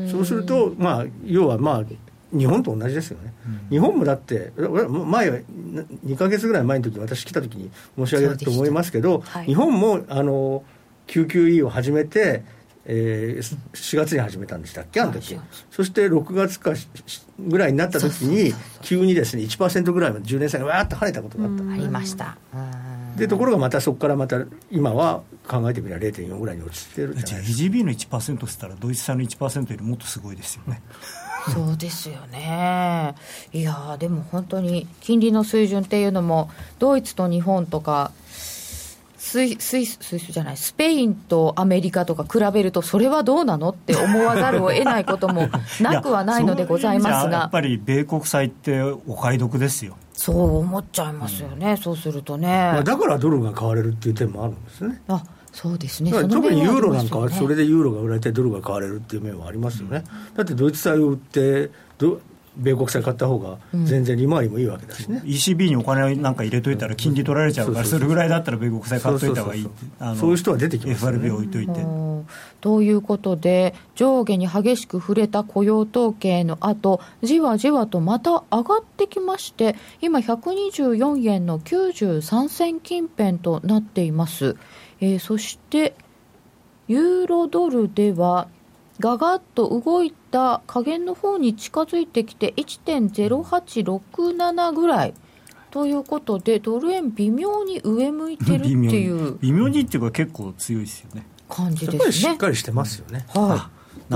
Speaker 4: そうすると、まあ、要はまあ日本と同じですよね、うん、日本もだって前にかげつぐらい前の時私来た時に申し上げると思いますけど、はい、日本もあの キューキューイー を始めて、えー、しがつに始めたんでしたっけ、あの時。そしてろくがつかぐらいになった時に急にですね いちパーセント ぐらいまでじゅうねん債がわーっと跳ねたことがあった。
Speaker 1: ありました。
Speaker 4: でところがまたそこからまた今は考えてみれば ゼロてんよん ぐらいに落ち着いてるじゃないですか。
Speaker 2: イージービー の いちパーセント って言ったらドイツ債の いちパーセント よりもっとすごいですよね。
Speaker 1: そうですよね。いやでも本当に金利の水準っていうのもドイツと日本とかスイスイススイスじゃないスペインとアメリカとか比べるとそれはどうなのって思わざるを得ないこともなくはないのでございますが、
Speaker 2: やっぱり米国債ってお買い得ですよ。
Speaker 1: そう思っちゃいますよね、うん、そうするとね、
Speaker 4: まあ、だからドルが買われるっていう点もあるんですね。
Speaker 1: あ、そうですね。
Speaker 4: 特にユーロなんかはそれでユーロが売られてドルが買われるっていう面はありますよね、うん、だってドイツ債を売ってド米国債買った方が全然利回りもいいわけだしね、
Speaker 2: うん、イーシービー にお金なんか入れといたら金利取られちゃうから、それぐらいだったら米国債買っといた方がいいって、
Speaker 4: そういう人は出てきますよね。
Speaker 2: エフアールビー 置いといて、
Speaker 1: ということで上下に激しく触れた雇用統計の後、じわじわとまた上がってきまして、今ひゃくにじゅうよんえんのきゅうじゅうさん銭近辺となっています、えー、そしてユーロドルではガガッと動いた下限の方に近づいてきて いってんゼロはちろくなな ぐらいということで、ドル円微妙に上向いてるっていう
Speaker 2: 微妙にっていうか結構強いですよね、
Speaker 1: 感じですね。
Speaker 4: やっぱりしっかりしてますよね、
Speaker 1: はい、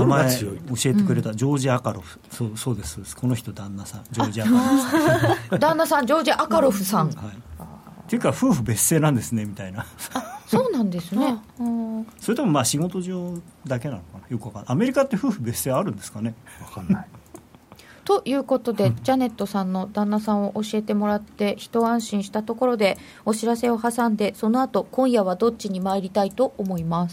Speaker 2: 名前教えてくれた、うん、ジョージ・アカロフ、そう、そうですそうです、この人旦那さんジョージ・アカロフさん旦
Speaker 1: 那さんジョージ・アカロフさん、はい、
Speaker 2: っていうか夫婦別姓なんですねみたいな。
Speaker 1: あ、そうなんですね
Speaker 2: それともまあ仕事上だけなのかな、よくわかんない。アメリカって夫婦別姓あるんですかね、
Speaker 4: わかんない
Speaker 1: ということで、ジャネットさんの旦那さんを教えてもらって一安心したところでお知らせを挟んで、その後今夜はどっちに参りたいと思います。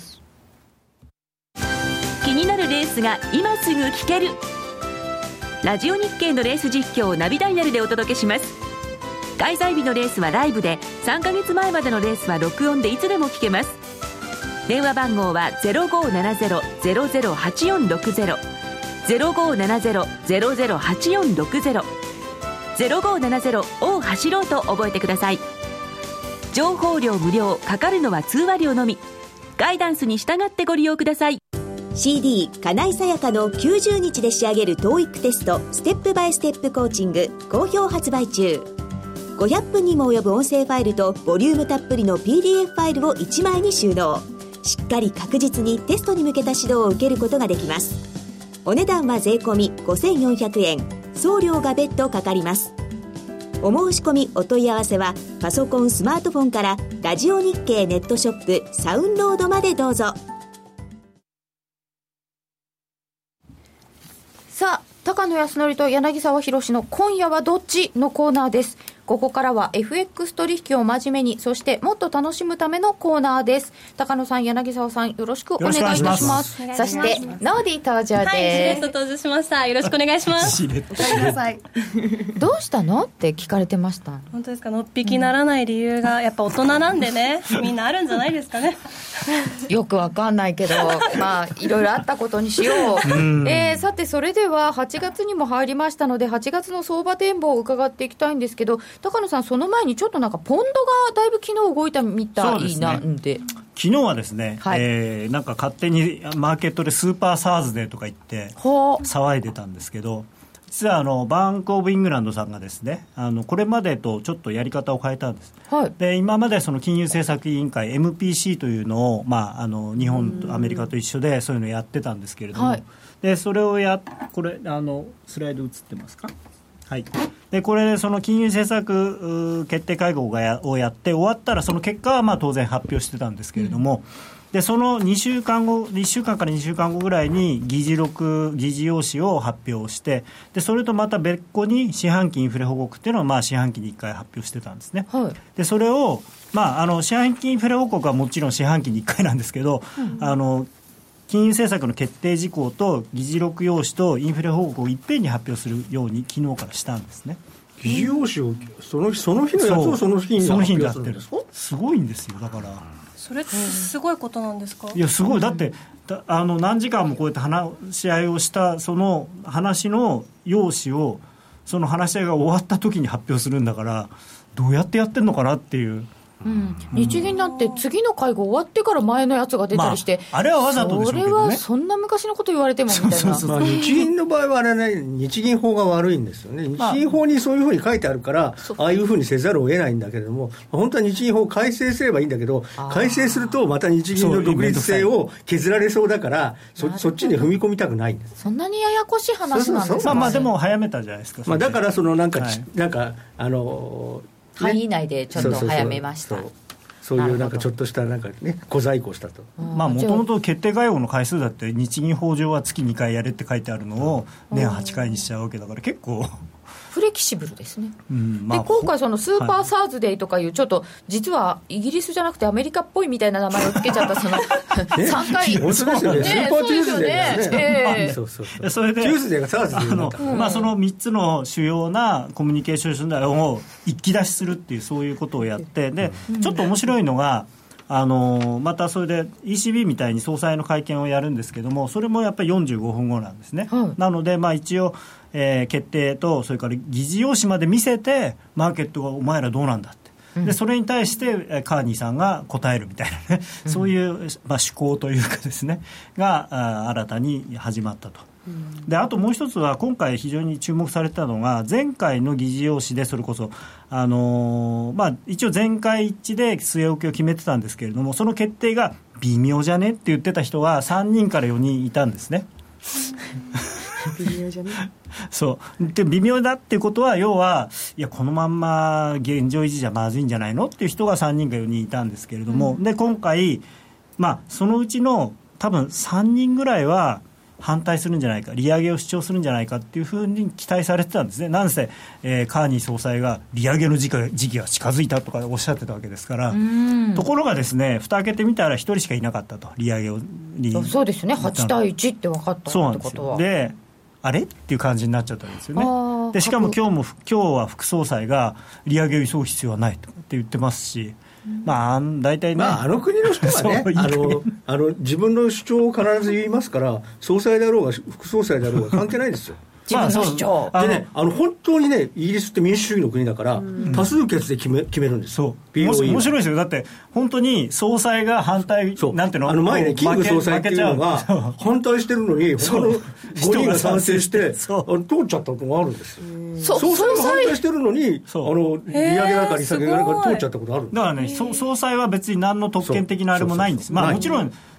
Speaker 6: 気になるレースが今すぐ聞けるラジオ日経のレース実況をナビダイヤルでお届けします。開催日のレースはライブで、さんかげつまえまでのレースは録音でいつでも聞けます。電話番号は ゼロごーななゼロ ゼロゼロはちよんろくゼロ ゼロごーななゼロ ゼロゼロはちよんろくゼロ ゼロごーななゼロを走ろうと覚えてください。情報料無料、かかるのは通話料のみ。ガイダンスに従ってご利用ください。
Speaker 7: シーディー 金井さやかのきゅうじゅうにちで仕上げる トーイック テストステップバイステップコーチング好評発売中。ごひゃっぷんにも及ぶ音声ファイルとボリュームたっぷりの ピーディーエフ ファイルをいちまいに収納。しっかり確実にテストに向けた指導を受けることができます。お値段は税込みごせんよんひゃくえん、送料が別途かかります。お申し込みお問い合わせはパソコンスマートフォンからラジオ日経ネットショップサウンロードまでどうぞ。
Speaker 1: さあ、高野康則と柳沢博の今夜はどっちのコーナーです。 ここからは エフエックス 取引を真面目に、そしてもっと楽しむためのコーナーです。高野さん、柳沢さん、よろしくお願いいたします。そしてノーディ登場です。はい、
Speaker 8: しれっと登場しました。よろしくお願いします。
Speaker 3: お帰りなさい。
Speaker 1: どうしたのって聞かれてました。
Speaker 8: 本当ですか。のっぴきならない理由がやっぱ大人なんでね、みんなあるんじゃないですかね。
Speaker 1: よくわかんないけど、まあいろいろあったことにしよう。えー、さてそれでははちがつにも入りましたので、はちがつの相場展望を伺っていきたいんですけど、高野さん、その前にちょっとなんかポンドがだいぶ昨日動いたみたいなんで、
Speaker 2: 昨日はですね、はい、えー、なんか勝手にマーケットでスーパーサーズデーとか言って騒いでたんですけど、実はあのバンクオブイングランドさんがですね、あのこれまでとちょっとやり方を変えたんです、はい、で今までその金融政策委員会 エムピーシー というのを、まあ、あの日本とアメリカと一緒でそういうのをやってたんですけれども、はい、でそれをやこれあのスライド映ってますか。はい、でこれその金融政策決定会合がやをやって終わったらその結果はまあ当然発表してたんですけれども、うん、でそのにしゅうかんごいっしゅうかんからにしゅうかんごぐらいに議事録議事要旨を発表して、でそれとまた別個に四半期インフレ報告っていうのをまあ四半期にいっかい発表してたんですね、はい、でそれを、まあ、あの四半期インフレ報告はもちろん四半期にいっかいなんですけど、うん、あの金融政策の決定事項と議事録用紙とインフレ報告をいっぺんに発表するように昨日からしたんですね。
Speaker 4: 議事要紙をその日その日のやつをその日に発表するんですか。
Speaker 2: すごいんですよ。だから
Speaker 8: それってすごいことなんですか。
Speaker 2: いやすごい。だってだあの何時間もこうやって話し合いをしたその話の用紙をその話し合いが終わった時に発表するんだから、どうやってやってんのかなっていう。
Speaker 1: うん、日銀なんて次の会合終わってから前のやつが出たりして、
Speaker 2: まあ、あれはわざとでしょうけどね。
Speaker 1: それはそんな昔のこと言われてもみたいな。
Speaker 4: そうそうそう、まあ、日銀の場合はあれね、日銀法が悪いんですよね。日銀法にそういうふうに書いてあるから、まあ、ああいうふうにせざるを得ないんだけれども、本当は日銀法を改正すればいいんだけど、改正するとまた日銀の独立性を削られそうだから、 そ, そっちに踏み込みたくないんです。
Speaker 1: そんなにややこしい話なんですか。
Speaker 2: そうそうそう、まあ、まあでも早めたじゃないですか。
Speaker 4: まあ、だからそのなんか、はい、なんかあの、
Speaker 1: ね、範囲内でちょっと早めました。
Speaker 4: そうそうそうそう、そういうなんかちょっとしたなんかね小細工をしたと。
Speaker 2: まあもともと決定会合の回数だって日銀法上は月にかいやれって書いてあるのを年はちかいにしちゃうわけだから結構
Speaker 1: フレキシブルですね、
Speaker 2: うんまあ、
Speaker 1: で今回そのスーパーサーズデーとかいうちょっと実はイギリスじゃなくてアメリカっぽいみたいな名前をつけちゃったそのさんかい
Speaker 4: 本当ですよね、スーパーチューズデーですね。そうそうそう、
Speaker 2: それで
Speaker 4: チューズデーがサーズデー
Speaker 2: あの、うんまあ、そのみっつの主要なコミュニケーション手段を一気出しするっていうそういうことをやってで、うん、ちょっと面白いのがあのまたそれで イーシービー みたいに総裁の会見をやるんですけども、それもやっぱりよんじゅうごふんごなんですね、はい、なのでまあ一応、えー、決定とそれから議事要旨まで見せてマーケットがお前らどうなんだって、うん、でそれに対してカーニーさんが答えるみたいなね、うん、そういう、まあ、趣向というかですねが新たに始まったと。であともう一つは今回非常に注目されたのが前回の議事要旨でそれこそ、あのーまあ、一応全会一致で据え置きを決めてたんですけれども、その決定が微妙じゃねって言ってた人はさんにんからよにんいたんですね
Speaker 3: 微妙じゃね
Speaker 2: そうで微妙だっていうことは要はいやこのまんま現状維持じゃまずいんじゃないのっていう人がさんにんかよにんいたんですけれども、うん、で今回、まあ、そのうちの多分さんにんぐらいは反対するんじゃないか、利上げを主張するんじゃないかっていうふうに期待されてたんですね。なんせ、えー、カーニー総裁が利上げの時期が、時期が近づいたとかおっしゃってたわけですから、ところがですね蓋開けてみたらひとりしかいなかったと、利上げをに
Speaker 1: そうですね、はちたいいちって分かったってことは。そうなんですよ。
Speaker 2: であれっていう感じになっちゃったんですよね。でしかも今日も今日は副総裁が利上げを急ぐ必要はないって言ってますし、まあ、大体ね、
Speaker 4: まあ、あの国の人はねあのあの自分の主張を必ず言いますから、総裁だろうが副総裁だろうが関係ないですよ
Speaker 1: 自分の主張、
Speaker 4: まあ、でね、あの本当にねイギリスって民主主義の国だから多数決で決め、決めるんですよ。
Speaker 2: そう面白いですよ。だって本当に総裁が反対なんていうの、
Speaker 4: あの前ねキング総裁っていうのが反対してるのに他のごにんが賛成して通っちゃったことがあるんですよ。総裁が反対してるのにあの利上げだか利下げだか通っちゃったことあるんです。
Speaker 2: だからね、総裁は別に何の特権的なあれもないんです。まあもちろん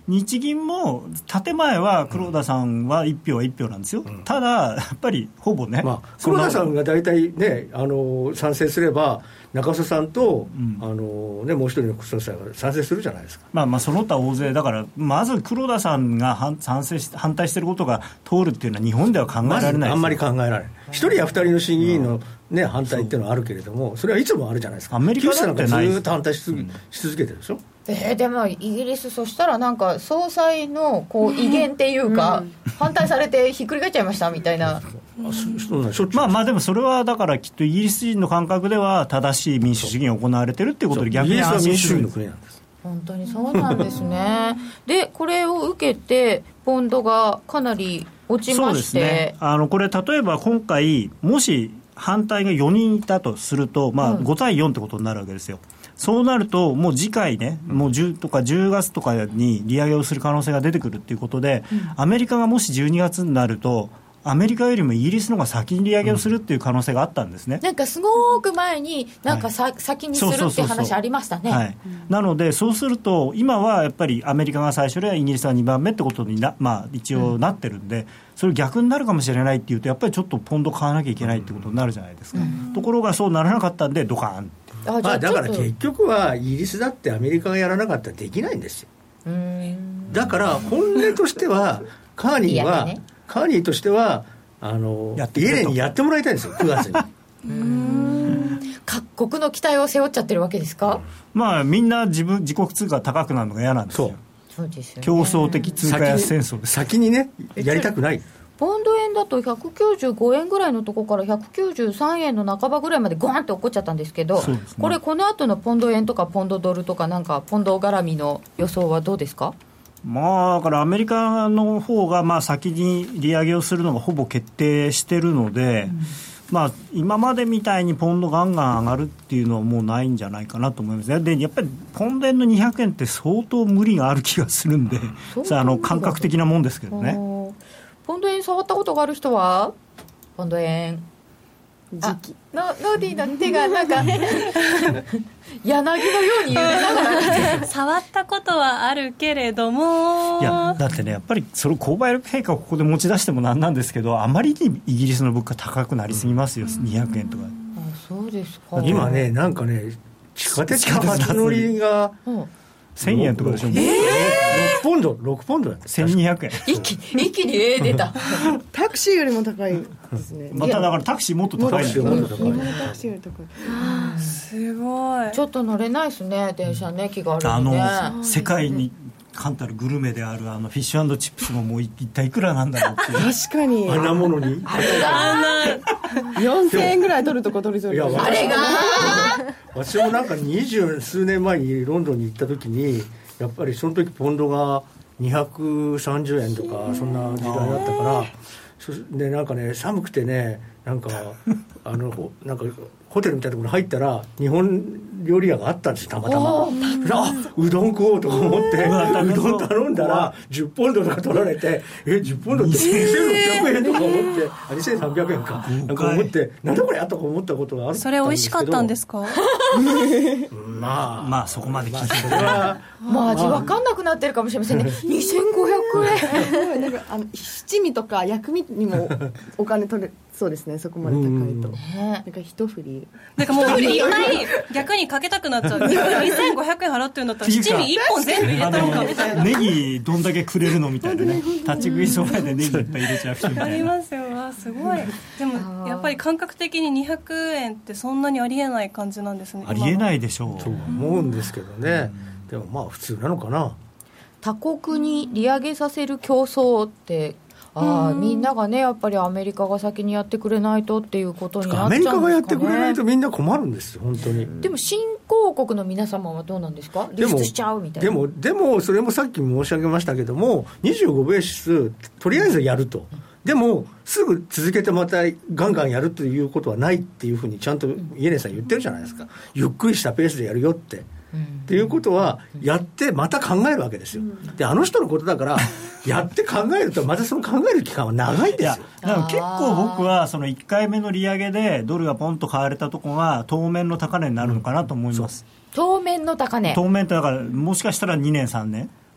Speaker 2: 日銀も建前は黒田さんはいち票はいち票なんですよ、うん、ただやっぱりほぼね、
Speaker 4: まあ、黒田さんが大体ねあの賛成すれば中曽さんと、うん、あのね、もう一人の黒田さんが賛成するじゃないですか、
Speaker 2: まあ、まあその他大勢だからまず黒田さんが反賛成し反対していることが通るっていうのは日本では考えられないです、ま、
Speaker 4: あんまり考えられない一人や二人の審議員の、ね、反対っていうのはあるけれどもそれはいつもあるじゃないですか。
Speaker 2: アメリカだってない
Speaker 4: ずっと反対し続け、うん、し続けてるでしょ。
Speaker 1: えー、でもイギリスそしたらなんか総裁のこう威厳っていうか、うん、反対されてひっくり返っちゃいましたみたいな
Speaker 2: まあまあでもそれはだからきっとイギリス人の感覚では正しい民主主義が行われてるっていうことで逆に安心する。イギリスは民主主義の国なんです。
Speaker 1: 本当にそうなんですねでこれを受けてポンドがかなり落ちまして、そうですね、
Speaker 2: あのこれ例えば今回もし反対がよにんいたとすると、まあ、ごたいよんってことになるわけですよ。そうなるともう次回ねもうじゅうとかじゅうがつとかに利上げをする可能性が出てくるっていうことで、うん、アメリカがもしじゅうにがつになるとアメリカよりもイギリスの方が先に利上げをするっていう可能性があったんですね、
Speaker 1: うん、なんかすごく前になんかさ、はい、先にするっていう話ありましたね、
Speaker 2: はいうん、なのでそうすると今はやっぱりアメリカが最初でイギリスがにばんめってことにな、まあ、一応なってるんで、うん、それ逆になるかもしれないっていうとやっぱりちょっとポンド買わなきゃいけないってことになるじゃないですか、うん、ところがそうならなかったんでドカーン
Speaker 4: あまあ、だから結局はイギリスだってアメリカがやらなかったらできないんですよ。うーんだから本音としてはカーニーは、ね、カーニーとしてはあのイエレンにやってもらいたいんですよくがつにうー
Speaker 1: ん各国の期待を背負っちゃってるわけですか。
Speaker 2: まあみんな自分自国通貨高くなるのが嫌なんですよ。
Speaker 1: そうですよね、
Speaker 2: 競争的通貨安戦争です。
Speaker 4: 先にねやりたくない。
Speaker 1: ポンド円だとひゃくきゅうじゅうごえんぐらいのところからひゃくきゅうじゅうさんえんの半ばぐらいまでゴーンって落っこっちゃったんですけど、ね、これこの後のポンド円とかポンドドルとかなんかポンド絡みの予想はどうですか。
Speaker 2: まあだからアメリカの方がまあ先に利上げをするのがほぼ決定してるので、うんまあ、今までみたいにポンドガンガン上がるっていうのはもうないんじゃないかなと思いますね。でやっぱりポンド円のにひゃくえんって相当無理がある気がするんであの感覚的なもんですけどね。
Speaker 1: ポンド円触ったことがある人はポンド円時期ノーディーの手がなんか柳のように揺れながら
Speaker 8: 触ったことはあるけれども
Speaker 2: いやだってねやっぱりそれ購買力陛下をここで持ち出してもなんなんですけどあまりにイギリスの物価高くなりすぎますよ、うん、にひゃくえんとか。
Speaker 1: あそうですか。
Speaker 4: 今ねなんかね地下鉄の初乗りが
Speaker 2: せんえんとかでしょ。えー、
Speaker 4: ろくポンドろくポンドや
Speaker 2: せんにひゃくえん
Speaker 1: 一気一気にえー出た
Speaker 3: タクシーよりも高いですね。
Speaker 2: まただからタクシーもっと高いんですよ。
Speaker 3: 日本のタクシーより高い。
Speaker 8: すごい。
Speaker 1: ちょっと乗れないですね電車ね気が悪いね。
Speaker 2: あの世界に冠たるグルメであるあのフィッシュ&チップスももう一体いくらなんだろうっていう
Speaker 3: 確かに
Speaker 4: あんなものに
Speaker 3: よんせんえんぐらい取るとこ取りそうです。
Speaker 1: あれが
Speaker 4: 私もなんか二十数年前にロンドンに行った時にやっぱりその時ポンドがにひゃくさんじゅうえんとかそんな時代だったからでなんかね寒くてねなんかあのなんかホテルみたいなところに入ったら日本料理屋があったんですたまたま。あうどん食おうとか思ってうどん頼んだらじゅうポンドとか取られてえじゅうポンドってにせんろっぴゃくえんとか思ってあにせんさんびゃくえんかなんか思ってなんだこれやとか思ったことがあるんですけど
Speaker 8: それ美味しかったんですか
Speaker 2: まあまあそこまで聞いて
Speaker 1: る、まあ、もう味分かんなくなってるかもしれませんねにせんごひゃくえん
Speaker 3: なんかあの七味とか薬味にもお金取れそうですねそこまで高いと、ね、なんか一振り
Speaker 8: なんかもう逆にかけたくなっちゃうにせんごひゃくえん払ってるんだったら七味いっぽん全部入れたのかみたいな
Speaker 2: ネギどんだけくれるのみたいなね立ち食いそばでネギいっぱい入れちゃう人みたいな
Speaker 8: ありますよわすごいでもやっぱり感覚的ににひゃくえんってそんなにありえない感じなんですね。
Speaker 2: ありえないでしょう
Speaker 4: と思うんですけどね、うん、でもまあ普通なのかな。
Speaker 1: 他国に利上げさせる競争ってあみんながねやっぱりアメリカが先にやってくれないとっていうことになっちゃうんですかね。
Speaker 4: アメリカがやってくれないとみんな困るんですよ本当に。
Speaker 1: でも新興国の皆様はどうなんですか。リストしちゃうみたいな。
Speaker 4: でもでもそれもさっき申し上げましたけどもにじゅうごベーシスとりあえずやると、うん、でもすぐ続けてまたガンガンやるということはないっていうふうにちゃんとイエレンさん言ってるじゃないですか。ゆっくりしたペースでやるよってっていうことはやってまた考えるわけですよ。であの人のことだからやって考えるとまたその考える期間は長いんですよ。
Speaker 2: いや結構僕はそのいっかいめの利上げでドルがポンと買われたところが当面の高値になるのかなと思います、
Speaker 1: うん、当面の高値
Speaker 2: 当面ってだからもしかしたらにねんさんねん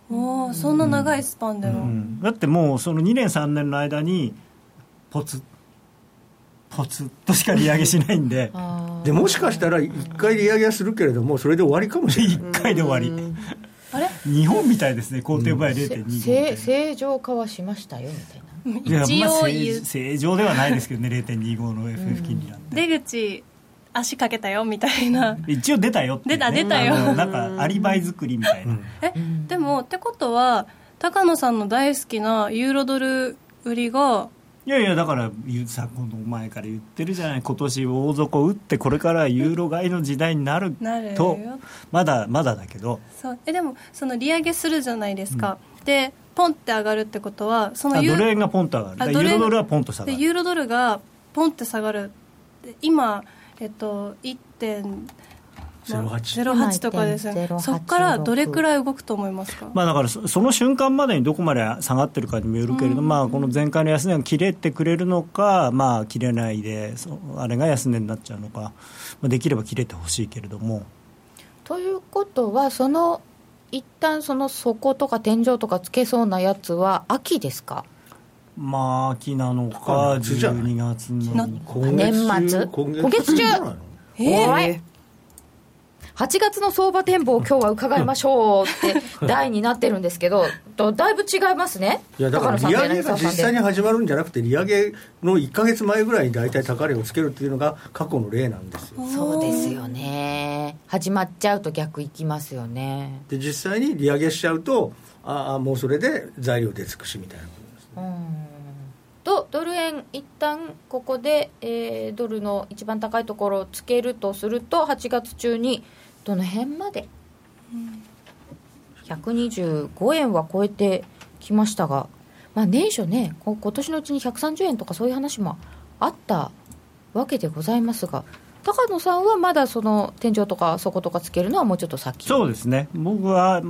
Speaker 8: おそんな長いスパンでの、
Speaker 2: うん、だってもうそのにねんさんねんの間にポツポツとしか利上げしないんで
Speaker 4: でもしかしたらいっかい利上げはするけれどもそれで終わりかもしれない。
Speaker 2: いっかいで終わり。
Speaker 8: あれ
Speaker 2: 日本みたいですね。公定倍 れいてんにご、
Speaker 1: うん、正常化はしましたよみたい
Speaker 8: な。一応
Speaker 2: 言う、まあ、正常ではないですけどね れいてんにご の エフエフ 金利なんで、
Speaker 8: うん、出口足かけたよみたいな。
Speaker 2: 一応出たよって、ね、
Speaker 8: 出た出たよ。
Speaker 2: なんかアリバイ作りみたいな、うん、
Speaker 8: えでもってことは高野さんの大好きなユーロドル売りが
Speaker 2: いやいやだからさこの前から言ってるじゃない。今年大底打ってこれからユーロ買いの時代になるとまだまだだけど
Speaker 8: そうえでもその利上げするじゃないですか、うん、でポンって上がるってことはその
Speaker 2: ユードル円がポンと上がる。ユーロドルはポンと下がる。
Speaker 8: でユーロドルがポンって下がる。で今えっと いってんゼロはち とかですよね。そこからどれくらい動くと思いますか。
Speaker 2: まあ、だからその瞬間までにどこまで下がってるかにもよるけれど、まあ、この前回の安値が切れてくれるのか、まあ、切れないであれが安値になっちゃうのか、まあ、できれば切れてほしいけれども。
Speaker 1: ということはその一旦その底とか天井とかつけそうなやつは秋ですか。
Speaker 2: まあ秋なのかじゅうにがつの
Speaker 1: 年末今月中えーはちがつの相場展望を今日は伺いましょうって題になってるんですけどとだいぶ違いますね。
Speaker 4: いやだから利上げが実際に始まるんじゃなくて利上げのいっかげつまえぐらいに大体高値をつけるっていうのが過去の例なんですよ。
Speaker 1: そうですよね。始まっちゃうと逆いきますよね。
Speaker 4: で実際に利上げしちゃうとああもうそれで材料出尽くしみたいなことですね。
Speaker 1: うんとドル円一旦ここで、えー、ドルの一番高いところをつけるとするとはちがつ中にどの辺まで、うん、ひゃくにじゅうごえんは超えてきましたが、まあ、年初ね今年のうちにひゃくさんじゅうえんとかそういう話もあったわけでございますが高野さんはまだその天井とか底とかつけるのはもうちょっと先。
Speaker 2: そうですね僕は、うん、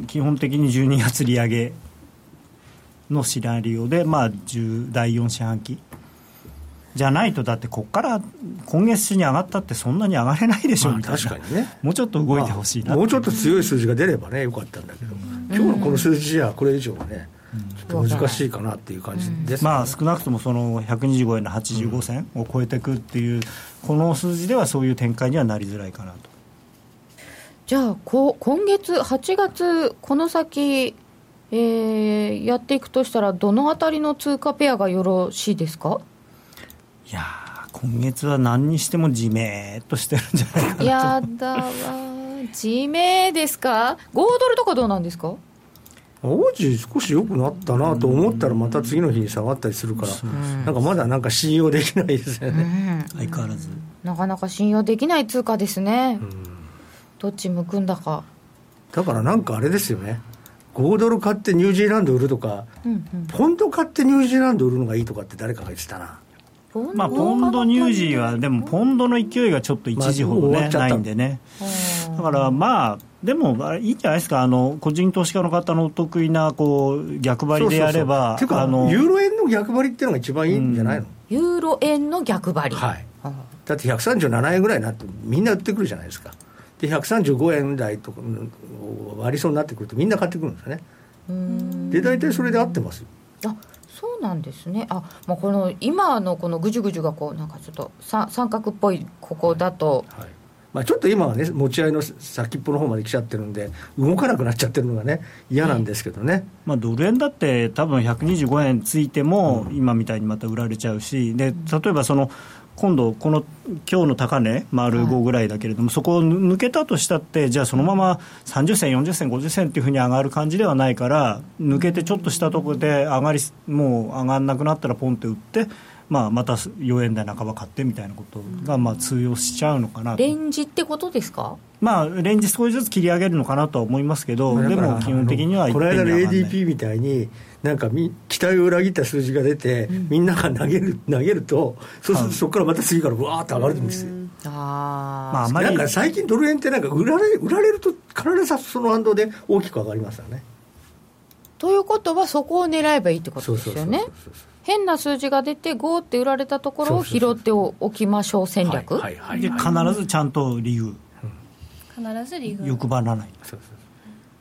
Speaker 2: 基本的にじゅうにがつ利上げのシナリオで、まあ、だいよん四半期じゃないとだってここから今月中に上がったってそんなに上がれないでしょみたいな、まあ、確かにねもうちょっと動いてほしいな、
Speaker 4: まあ、もうちょっと強い数字が出ればねよかったんだけど、うん、今日のこの数字じゃこれ以上はね、うん、ちょっと難しいかなっていう感じです、
Speaker 2: ね、まあ少なくともそのひゃくにじゅうごえんのはちじゅうごせんを超えていくっていう、うん、この数字ではそういう展開にはなりづらいかなと。
Speaker 1: じゃあこ今月はちがつこの先えー、やっていくとしたらどのあたりの通貨ペアがよろしいですか。
Speaker 2: いや今月は何にしてもじめーっとしてるんじゃないかなと。
Speaker 1: やだわじめーですか。ごドルとかどうなんですか。
Speaker 4: オージー少し良くなったなと思ったらまた次の日に下がったりするから、うん、なんかまだなんか信用できないですよね、
Speaker 2: うん、相変わらず
Speaker 1: なかなか信用できない通貨ですね、うん、どっち向くんだか。
Speaker 4: だからなんかあれですよねごドル買ってニュージーランド売るとか、うんうん、ポンド買ってニュージーランド売るのがいいとかって誰かが言ってたな。
Speaker 2: まあ、ポンドニュージーはでもポンドの勢いがちょっと一時ほど、ねまあ、ないんでね。だからまあでもいいんじゃないですか。あの個人投資家の方のお得意なこう逆張りでやれば
Speaker 4: そうそうそう。てかあのユーロ円の逆張りっていうのが一番いいんじゃないの、うん、
Speaker 1: ユーロ円の逆張り、
Speaker 4: はい、だってひゃくさんじゅうななえんぐらいになってみんな売ってくるじゃないですか。でひゃくさんじゅうごえん台とか割りそうになってくるとみんな買ってくるんですよね。うーんで大体それで合ってますよ。
Speaker 1: あそうなんですね。あ、まあ、この今のこのぐじゅぐじゅがこうなんかちょっと三角っぽいここだと、はいはい
Speaker 4: まあ、ちょっと今はね持ち合いの先っぽの方まで来ちゃってるんで動かなくなっちゃってるのがね嫌なんですけどね、
Speaker 2: まあ、ドル円だって多分ひゃくにじゅうごえんついても今みたいにまた売られちゃうしで例えばその今度この今日の高値丸ごぐらいだけれども、はい、そこを抜けたとしたってじゃあそのままさんじゅっせんよんじゅっせんごじゅっせんっていうふうに上がる感じではないから抜けてちょっとしたところで上がりもう上がんなくなったらポンって売って、まあ、またよえん台半ば買ってみたいなことがまあ通用しちゃうのかなと。
Speaker 1: レンジってことですか。
Speaker 2: まあ、レンジ少しずつ切り上げるのかなとは思いますけど、でも基本的には
Speaker 4: この間の エーディーピー みたいになんか期待を裏切った数字が出て、うん、みんなが投げる投げるとそうするとそこからまた次からブワーッと上がるんですよ。
Speaker 1: あ、
Speaker 4: まあ、あまりなんか最近ドル円ってなんか売られ売られると必ずその反動で大きく上がりますよね。
Speaker 1: ということはそこを狙えばいいってことですよね。変な数字が出てゴーって売られたところを拾っておきましょう戦略。
Speaker 2: で必ずちゃんと理由、
Speaker 8: 必ず理由
Speaker 2: 欲張らない。
Speaker 4: そうそう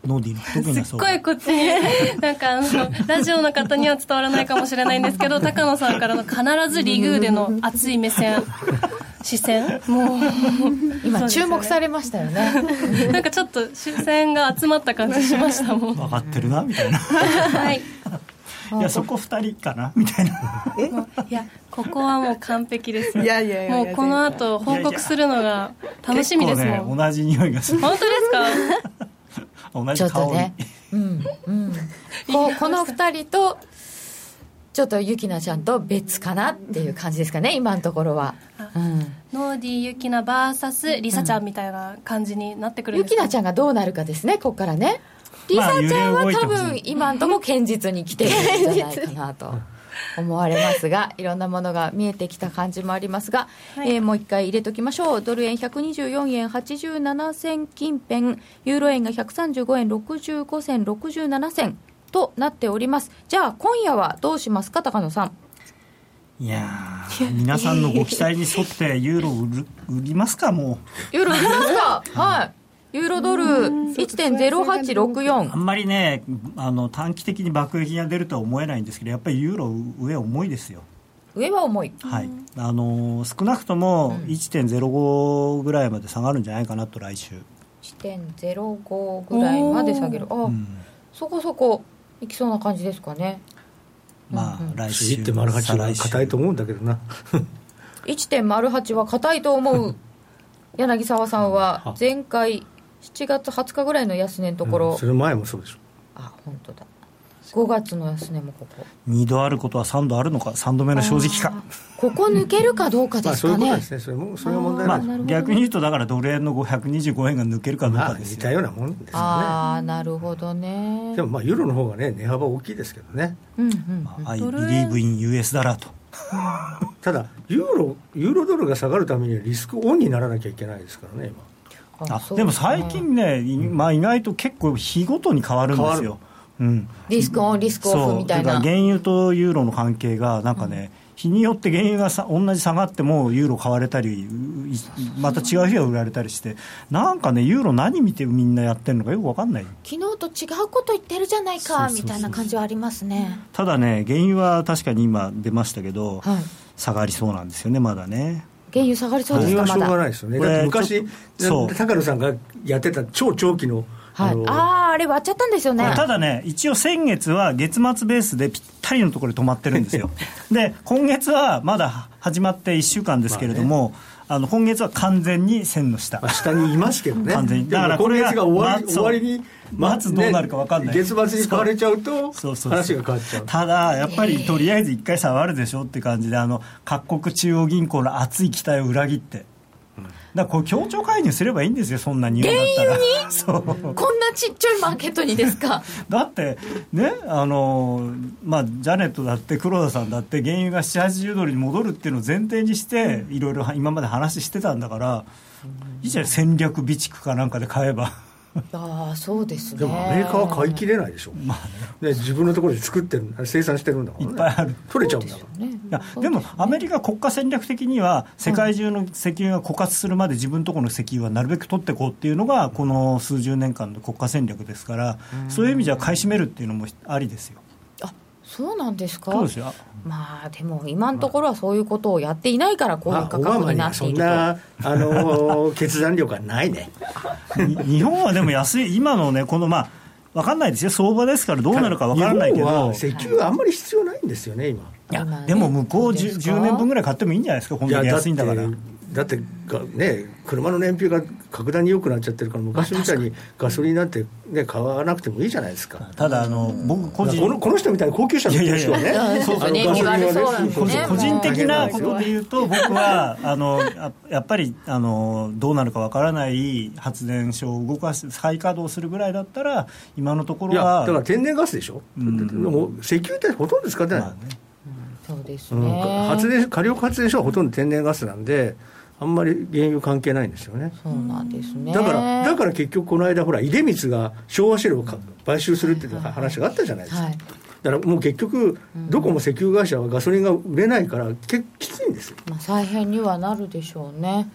Speaker 2: ノーディーの得意な
Speaker 8: すっごいこっちになんかあのラジオの方には伝わらないかもしれないんですけど高野さんからの必ずリグーでの熱い目線視線もう
Speaker 1: 今注目されましたよね
Speaker 8: なんかちょっと視線が集まった感じしましたもん
Speaker 2: 分かってるなみたいな
Speaker 8: はい
Speaker 2: いやそこふたりかなみたいな
Speaker 8: えいやここはもう完璧ですよ。
Speaker 3: いやいやいや
Speaker 8: もうこの後報告するのが楽しみですもん。
Speaker 2: 結構ね同じ匂いがする。
Speaker 8: 本当ですか
Speaker 2: 同じ香り
Speaker 1: ちょっとね、うんうん、こ, このふたりとちょっとゆきなちゃんと別かなっていう感じですかね今のところは、うん、
Speaker 8: ノーディーゆきな ブイエス リサちゃんみたいな感じになってくるんですか、
Speaker 1: ゆきなちゃんがどうなるかですねここからね。リサちゃんは多分今のところ堅実に来てるんじゃないかなと思われますがいろんなものが見えてきた感じもありますが、はいえー、もう一回入れときましょう。ドル円ひゃくにじゅうよんえんはちじゅうなな銭近辺、ユーロ円がひゃくさんじゅうごえんろくじゅうご銭ろくじゅうなな銭となっております。じゃあ今夜はどうしますか高野さん。
Speaker 2: いや皆さんのご期待に沿ってユーロ売る売りますか。も
Speaker 1: うユーロ売りますかはいユーロドル いってんゼロはちろくよん
Speaker 2: あんまりねあの短期的に爆撃が出るとは思えないんですけどやっぱりユーロ上重いですよ。
Speaker 1: 上は重い、
Speaker 2: はいあの少なくとも いってんゼロご ぐらいまで下がるんじゃないかなと来週 い
Speaker 1: ってんゼロご ぐらいまで下げるあ、うん、そこそこいきそうな感じですかね。
Speaker 2: まあ、うんうん、来週
Speaker 4: いってんゼロはち は硬いと思うんだけどな
Speaker 1: いってんゼロはち は硬いと思う柳沢さんは前回しちがつはつかぐらいの安値のところ、
Speaker 4: うん、それ前もそうでしょ。
Speaker 1: あ本当だごがつの安値もここ
Speaker 2: にどあることはさんどあるのかさんどめの正直か
Speaker 1: ここ抜けるかどうかですかね。
Speaker 4: まあ、そういうことですね。それもそれは問題ない、
Speaker 2: まあ、逆に言うとだからドル円のごひゃくにじゅうごえんが抜けるかどうかですよ、
Speaker 4: まあ、似たようなもんですよね。
Speaker 1: ああなるほどね。
Speaker 4: でもまあユーロの方がね値幅大きいですけどね、
Speaker 1: うんうん
Speaker 2: まあ、I believe in ユーエス ダラーと
Speaker 4: ただユーロユーロドルが下がるためにはリスクオンにならなきゃいけないですからね今。
Speaker 2: ああでも最近ね、うんまあ、意外と結構日ごとに変わるんですよ、うん、
Speaker 1: リスクオンリスクオフみたいな。
Speaker 2: 原油とユーロの関係がなんかね、うん、日によって原油がさ同じ下がってもユーロ買われたりまた違う日は売られたりしてなんかねユーロ何見てみんなやってるのかよく分かんない。
Speaker 1: 昨日と違うこと言ってるじゃないかみたいな感じはありますね。
Speaker 2: ただね原油は確かに今出ましたけど、はい、下がりそうなんですよねまだね。
Speaker 1: 原油下がりそうですか。
Speaker 4: まだ原油はしょうがないですよね。だって昔高野さんがやってた超長期の
Speaker 1: はい、あ, ああれ割っちゃったんですよね。
Speaker 2: ただね一応先月は月末ベースでぴったりのところで止まってるんですよで今月はまだ始まっていっしゅうかんですけれども、まあね、あの今月は完全に線の下、
Speaker 4: まあ、下にいますけどね
Speaker 2: 完全にだからこれが
Speaker 4: 今月が終わり、終わりに
Speaker 2: 末どうなるか分かんない、
Speaker 4: ね、月末に変われちゃうと話が変わっちゃう。
Speaker 2: ただやっぱりとりあえずいっかい下がるでしょって感じであの各国中央銀行の熱い期待を裏切ってだからこれ協調介入すればいいんですよそんなに
Speaker 1: 原油に
Speaker 2: そう
Speaker 1: こんなちっちゃいマーケットにですか
Speaker 2: だってねあの、まあ、ジャネットだって黒田さんだって原油がななじゅうはちじゅうドルに戻るっていうのを前提にしていろいろ今まで話してたんだからいいじゃん戦略備蓄かなんかで買えば
Speaker 1: あそうですね。
Speaker 4: でもアメリカは買い切れないでしょ、まあね、で自分のところで作ってる生産してるんだから、ね、
Speaker 2: いっぱいある
Speaker 4: 取れちゃうんだから、ね、
Speaker 2: いやでもアメリカ国家戦略的には世界中の石油が枯渇するまで自分のところの石油はなるべく取っていこうっていうのがこの数十年間の国家戦略ですからそういう意味じゃ買い占めるっていうのもありですよ。
Speaker 1: あそうなんですか。
Speaker 2: そうですよ。
Speaker 1: まあでも今のところはそういうことをやっていないからこういう価格になっていると、
Speaker 4: まあ、そんなあの決断力はないね
Speaker 2: 日本はでも安い今のねこのまあ分かんないですよ相場ですからどうなるか分からないけど
Speaker 4: 日本は石油はあんまり必要ないんですよね今。
Speaker 2: いやでも向こう 10, じゅうねんぶんぐらい買ってもいいんじゃないですかこんなに安いんだから。
Speaker 4: だってね車の燃費が格段に良くなっちゃってるから昔みたいにガソリンなんて、ね、買わなくてもいいじゃないですか。
Speaker 2: ただあの僕個人
Speaker 4: この、この人みたいに高級車の人はね
Speaker 2: 個人的なことで言うと僕はあのやっぱりあのどうなるかわからない発電所を動かす再稼働するぐらいだったら今のところは。
Speaker 4: いやだから天然ガスでしょ、うん、でも石油ってほとんど使ってない、まあね
Speaker 1: そうですね、
Speaker 4: うん、発電火力発電所はほとんど天然ガスなんであんまり原油関係ないんですよね。
Speaker 1: そうなんですね。
Speaker 4: だからだから結局この間ほら出光が昭和シェルを買収するっていう話があったじゃないですか、はいはい、だからもう結局どこも石油会社はガソリンが売れないから結構きついんですよ、
Speaker 1: まあ、再編にはなるでしょうね。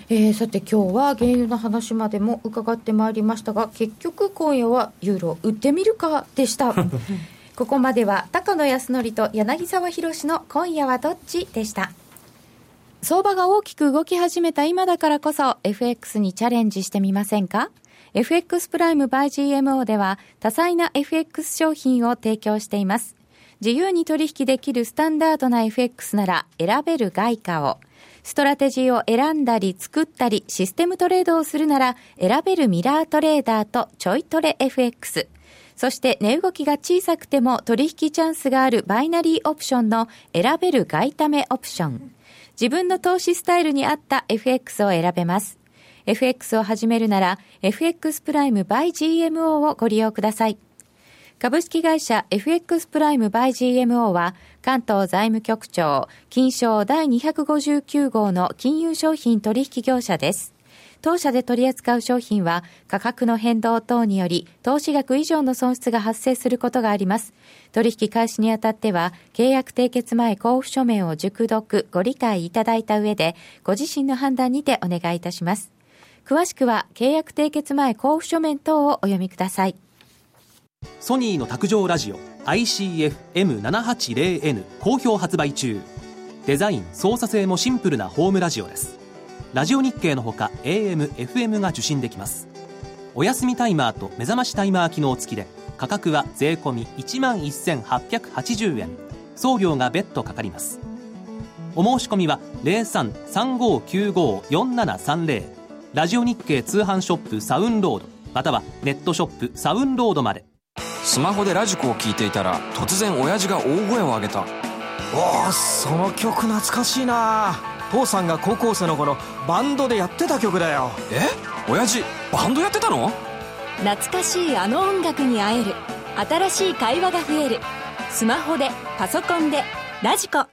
Speaker 1: えー、さて今日は原油の話までも伺ってまいりましたが、結局今夜はユーロ売ってみるかでしたここまでは高野康則と柳沢博の今夜はどっちでした。相場が大きく動き始めた今だからこそ エフエックス にチャレンジしてみませんか。 エフエックス プライム by ジーエムオー では多彩な エフエックス 商品を提供しています。自由に取引できるスタンダードな エフエックス なら選べる外貨を、ストラテジーを選んだり作ったりシステムトレードをするなら選べるミラートレーダーとちょいトレ エフエックス、そして値動きが小さくても取引チャンスがあるバイナリーオプションの選べる外為オプション。自分の投資スタイルに合った エフエックス を選べます。エフエックス を始めるなら エフエックス プライム by ジーエムオー をご利用ください。株式会社 エフエックス プライム by ジーエムオー は関東財務局長金商だいにひゃくごじゅうきゅう号の金融商品取引業者です。当社で取り扱う商品は価格の変動等により投資額以上の損失が発生することがあります。取引開始にあたっては契約締結前交付書面を熟読ご理解いただいた上でご自身の判断にてお願いいたします。詳しくは契約締結前交付書面等をお読みください。
Speaker 9: ソニーの卓上ラジオ アイシーエフエムななはちゼロエヌ 好評発売中。デザイン操作性もシンプルなホームラジオです。ラジオ日経のほか エーエム、エフエム が受信できます。お休みタイマーと目覚ましタイマー機能付きで価格は税込み いちまんせんはっぴゃくはちじゅうえん、送料が別途かかります。お申し込みは ゼロさん さんごきゅうご よんななさんゼロ ラジオ日経通販ショップサウンロードまたはネットショップサウンロードまで。
Speaker 10: スマホでラジコを聞いていたら突然親父が大声を上げた。おお、その曲懐かしいな。父さんが高校生の頃バンドでやってた曲だよ。え、親父バンドやってたの？
Speaker 11: 懐かしいあの音楽に会える。新しい会話が増える。スマホでパソコンでラジコ。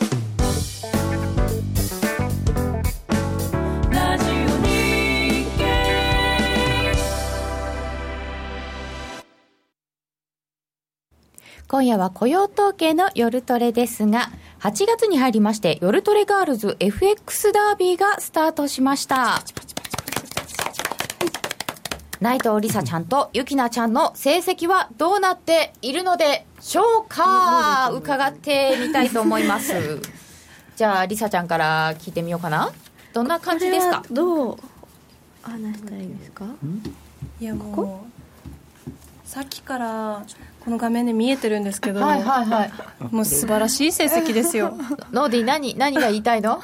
Speaker 11: ラジオ日経。
Speaker 1: 今夜は雇用統計の夜トレですが、はちがつに入りまして夜トレガールズ エフエックス ダービーがスタートしました。内藤梨沙ちゃんとゆきなちゃんの成績はどうなっているのでしょうか。伺ってみたいと思いますじゃあ梨沙ちゃんから聞いてみようかな。どんな感じですか。
Speaker 5: どう話したらいいですか。
Speaker 8: いやもうさっきからこの画面で見えてるんですけど、
Speaker 1: はいはいはい、
Speaker 8: もう素晴らしい成績ですよ
Speaker 1: ノーディ何何が言いたいの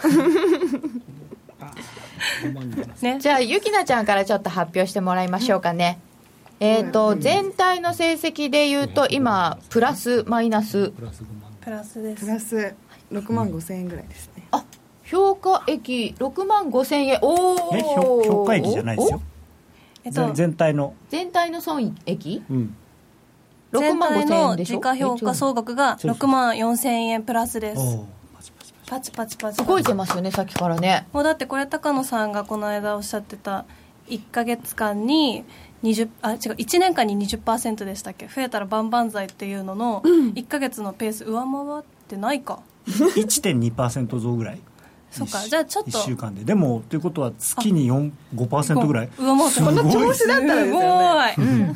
Speaker 1: ね、じゃあゆきなちゃんからちょっと発表してもらいましょうかね、うん、えーと全体の成績でいうと今プラスマイナス
Speaker 8: プラスです。
Speaker 3: プラスろくまんごせんえんぐらいですね。
Speaker 1: あ、評価益ろくまんごせんえん。おー、
Speaker 2: え評価益じゃないですよ、えっと、全体の
Speaker 1: 全体の損益、
Speaker 2: うん、
Speaker 8: ろくまんごせんえんでしょ。全体の時価評価総額がろくまんよんせんえんプラスです。パチパチパチパチ
Speaker 1: 動いてますよね、さっきからね。
Speaker 8: もうだってこれ高野さんがこの間おっしゃってたいっかげつかんににじゅうあ違ういちねんかんに にじゅっパーセント でしたっけ。増えたら万々歳っていうののいっかげつのペース上回ってないか
Speaker 2: いってんにパーセント 増ぐらい
Speaker 8: そうか、じゃあちょっといっ
Speaker 2: しゅうかんで。でもということは月に ごパーセント ぐらい
Speaker 3: 上回ってこの調子だったらですよね。
Speaker 8: すごい、うんうんうん 、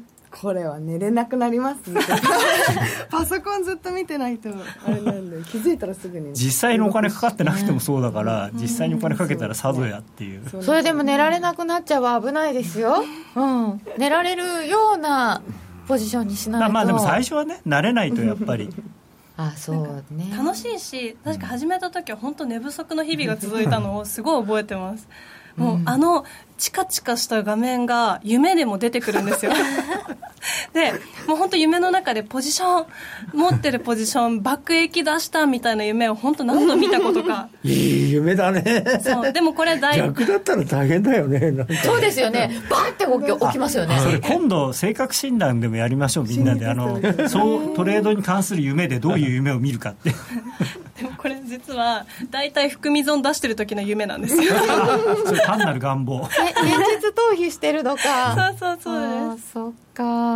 Speaker 3: これは寝れなくなりますパソコンずっと見てないとあれなんで気づいたらすぐに
Speaker 2: 実際にお金かかってなくてもそうだから、うん、実際にお金かけたらさぞやっていう、
Speaker 1: うん、それでも寝られなくなっちゃうは危ないですよ、うん、寝られるようなポジションにしないと。
Speaker 2: まあでも最初はね慣れないとやっぱり
Speaker 1: あ、そうね、
Speaker 8: 楽しいし、確か始めた時は本当寝不足の日々が続いたのをすごい覚えてますもう、うん、あのチカチカした画面が夢でも出てくるんですよでもう本当夢の中でポジション持ってるポジション爆益出したみたいな夢を本当何度見たことか
Speaker 4: いい夢だね。
Speaker 8: そうでもこれ大
Speaker 4: 逆だったら大変だよね。なんか
Speaker 1: そうですよね、バーって起き、起きますよね。
Speaker 2: それ今度性格診断でもやりましょうみんなで。あのそうトレードに関する夢でどういう夢を見るかって
Speaker 8: でもこれ実は大体含み損出してる時の夢なんですよ
Speaker 2: それ単なる願望
Speaker 1: 現実逃避してるのか
Speaker 8: そうそうそうです。
Speaker 1: あ、そっか。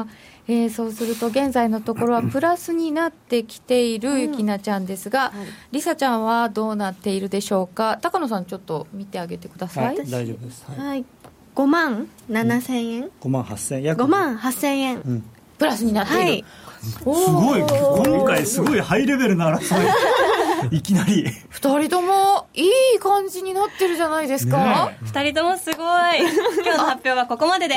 Speaker 1: えー、そうすると現在のところはプラスになってきているゆきなちゃんですが、うんはい、りさちゃんはどうなっているでしょうか。高野さんちょっと見てあげてください。はい、
Speaker 2: 大丈夫です、はい
Speaker 5: はい、ごまんななせんえん、うん、
Speaker 2: ごまんはっせんえん、
Speaker 5: ごまんはっせんえん、うん、
Speaker 1: プラスになっている、はい、
Speaker 2: すごい今回すごいハイレベルな争いいきなり
Speaker 1: ふたりともいい感じになってるじゃないですか、
Speaker 8: ね、ふたりともすごい今日の発表はここまでで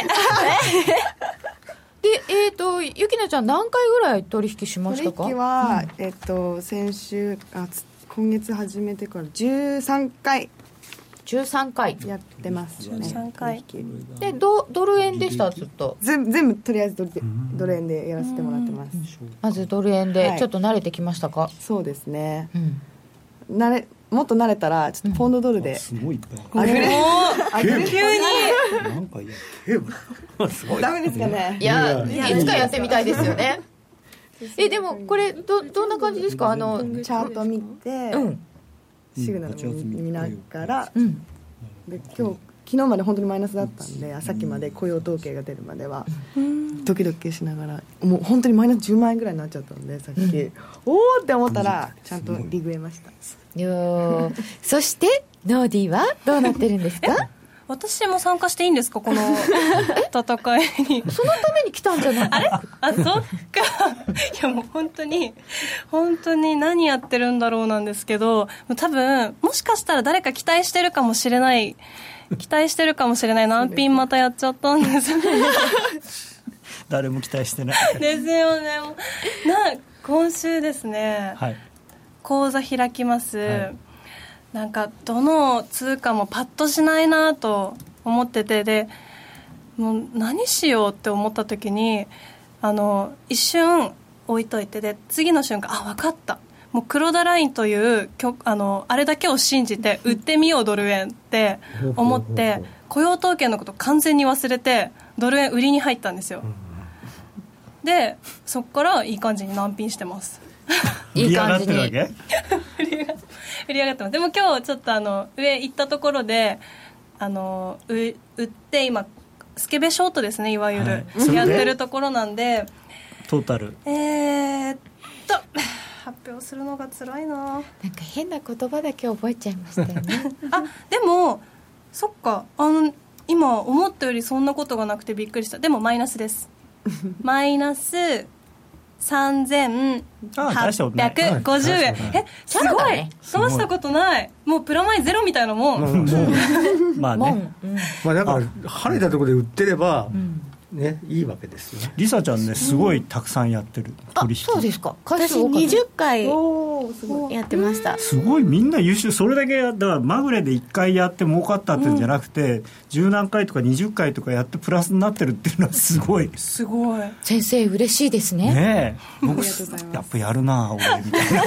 Speaker 1: で、えーと、ゆきなちゃん何回ぐらい取引しましたか。
Speaker 3: 取引は、うん、えーと、先週あ今月始めてからじゅうさんかい
Speaker 1: じゅうさんかい
Speaker 3: やってますね。
Speaker 8: じゅうさんかい
Speaker 1: で ド, ドル円でしたずっと
Speaker 3: 全部とりあえずドルでドル円でやらせてもらってます。
Speaker 1: まずドル円でちょっと慣れてきましたか。はい、
Speaker 3: そうですね、うん、慣れもっと慣れたらちょっとポンドドルで、うん、
Speaker 2: すごいいっ
Speaker 3: ぱいあげるあげる
Speaker 8: 急に
Speaker 2: なんかい
Speaker 3: やすごいダメですかね。
Speaker 1: いやいつかやってみたいですよねえでもこれ ど, どんな感じですか。あの
Speaker 3: チャート見て、うん、シグナル見ながら、うん、で今日昨日まで本当にマイナスだったんで、さっきまで雇用統計が出るまではドキドキしながらもう本当にマイナスじゅうまんえんぐらいになっちゃったんでさっき、うん、おーって思ったらちゃんと利食えました。
Speaker 1: よそしてノーディーはどうなってるんですか。
Speaker 8: 私も参加していいんですかこの戦いに
Speaker 1: そのために来たんじゃない
Speaker 8: あれあそっかいやもう本当に本当に何やってるんだろうなんですけど、多分もしかしたら誰か期待してるかもしれない期待してるかもしれない難品またやっちゃったんです
Speaker 2: 誰も期待してない
Speaker 8: ですよね。な今週ですね、はい、口座開きます、はい、なんかどの通貨もパッとしないなと思ってて、でもう何しようって思った時にあの一瞬置いといて、で次の瞬間あ分かった、もう黒田ラインというあのあれだけを信じて売ってみようドル円って思って雇用統計のこと完全に忘れてドル円売りに入ったんですよ。でそこからいい感じに難品してます
Speaker 1: いい感じに
Speaker 8: 売り上がってます。でも今日ちょっとあの上行ったところであの売って今スケベショートですねいわゆる、はい、やってるところなんで
Speaker 2: トータル
Speaker 8: えー、っと発表するのが辛いな。なんか
Speaker 1: 変な言葉だけ覚えちゃいましたよね
Speaker 8: あでもそっかあの今思ったよりそんなことがなくてびっくりした。でもマイナスですマイナスさんぜんはっぴゃくごじゅうえん。えすごいどうしたことない。もうプラマイゼロみたいなもん、うん、
Speaker 2: まあね、うん、
Speaker 4: まあ、だから晴れたところで売ってれば、うんね、いいわけですよね。
Speaker 2: リサちゃんねすごいたくさんやってる、
Speaker 1: うん、取引。あそうですか。
Speaker 5: 私にじゅっかいやってました。
Speaker 2: すごいみんな優秀。それだけだからまぐれでいっかいやって儲かったってんじゃなくて十、うん、何回とかにじゅっかいとかやってプラスになってるっていうのはすごい
Speaker 8: すごい
Speaker 1: 先生嬉しいですね。
Speaker 2: ねえ僕やっぱやるな俺みたいな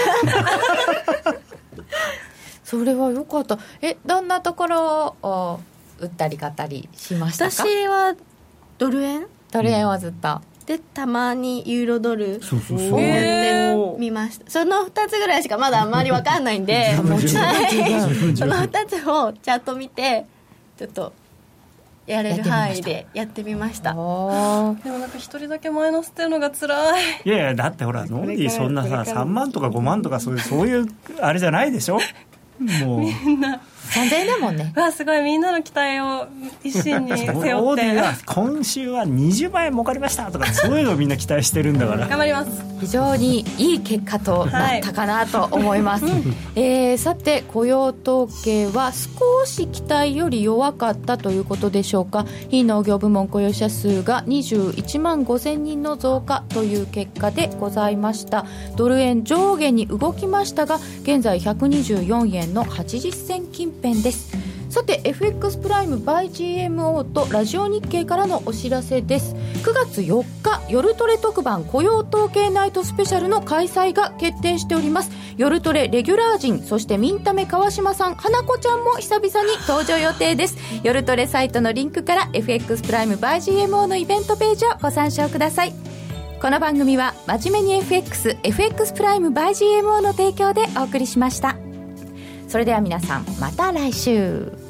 Speaker 1: それはよかった。えどんなところを売ったり買ったりしましたか。
Speaker 5: 私はドル円
Speaker 1: ドル円はずっと、
Speaker 5: うん、でたまにユーロドルをやってみました。そのふたつぐらいしかまだあんまり分かんないんでそのふたつをチャート見てちょっとやれる範囲でやってみました。で
Speaker 8: もなんか一人だけマイナスっていうのが辛い。
Speaker 2: いやいやだってほらノーディーそんなささんまんとかごまんとかそういうそういうあれじゃないでしょもう
Speaker 8: みんな
Speaker 1: さんぜんえんだもんね。
Speaker 8: わすごいみんなの期待を一心に背負って
Speaker 2: オーディが今週はにじゅうまんえん儲かりましたとかそういうのをみんな期待してるんだから
Speaker 8: 頑張ります。
Speaker 1: 非常にいい結果となったかなと思います、はいえー、さて雇用統計は少し期待より弱かったということでしょうか。非農業部門雇用者数がにじゅういちまんごせんにんの増加という結果でございました。ドル円上下に動きましたが現在ひゃくにじゅうよんえんのはちじゅっせん近辺です。さて エフエックス プライム by ジーエムオー とラジオ日経からのお知らせです。くがつよっか夜トレ特番雇用統計ナイトスペシャルの開催が決定しております。夜トレレギュラー陣そしてミンタメ川島さん花子ちゃんも久々に登場予定です。夜トレサイトのリンクから エフエックス プライム by ジーエムオー のイベントページをご参照ください。この番組は真面目に エフエックス エフエックス プライム by ジーエムオー の提供でお送りしました。それでは皆さんまた来週。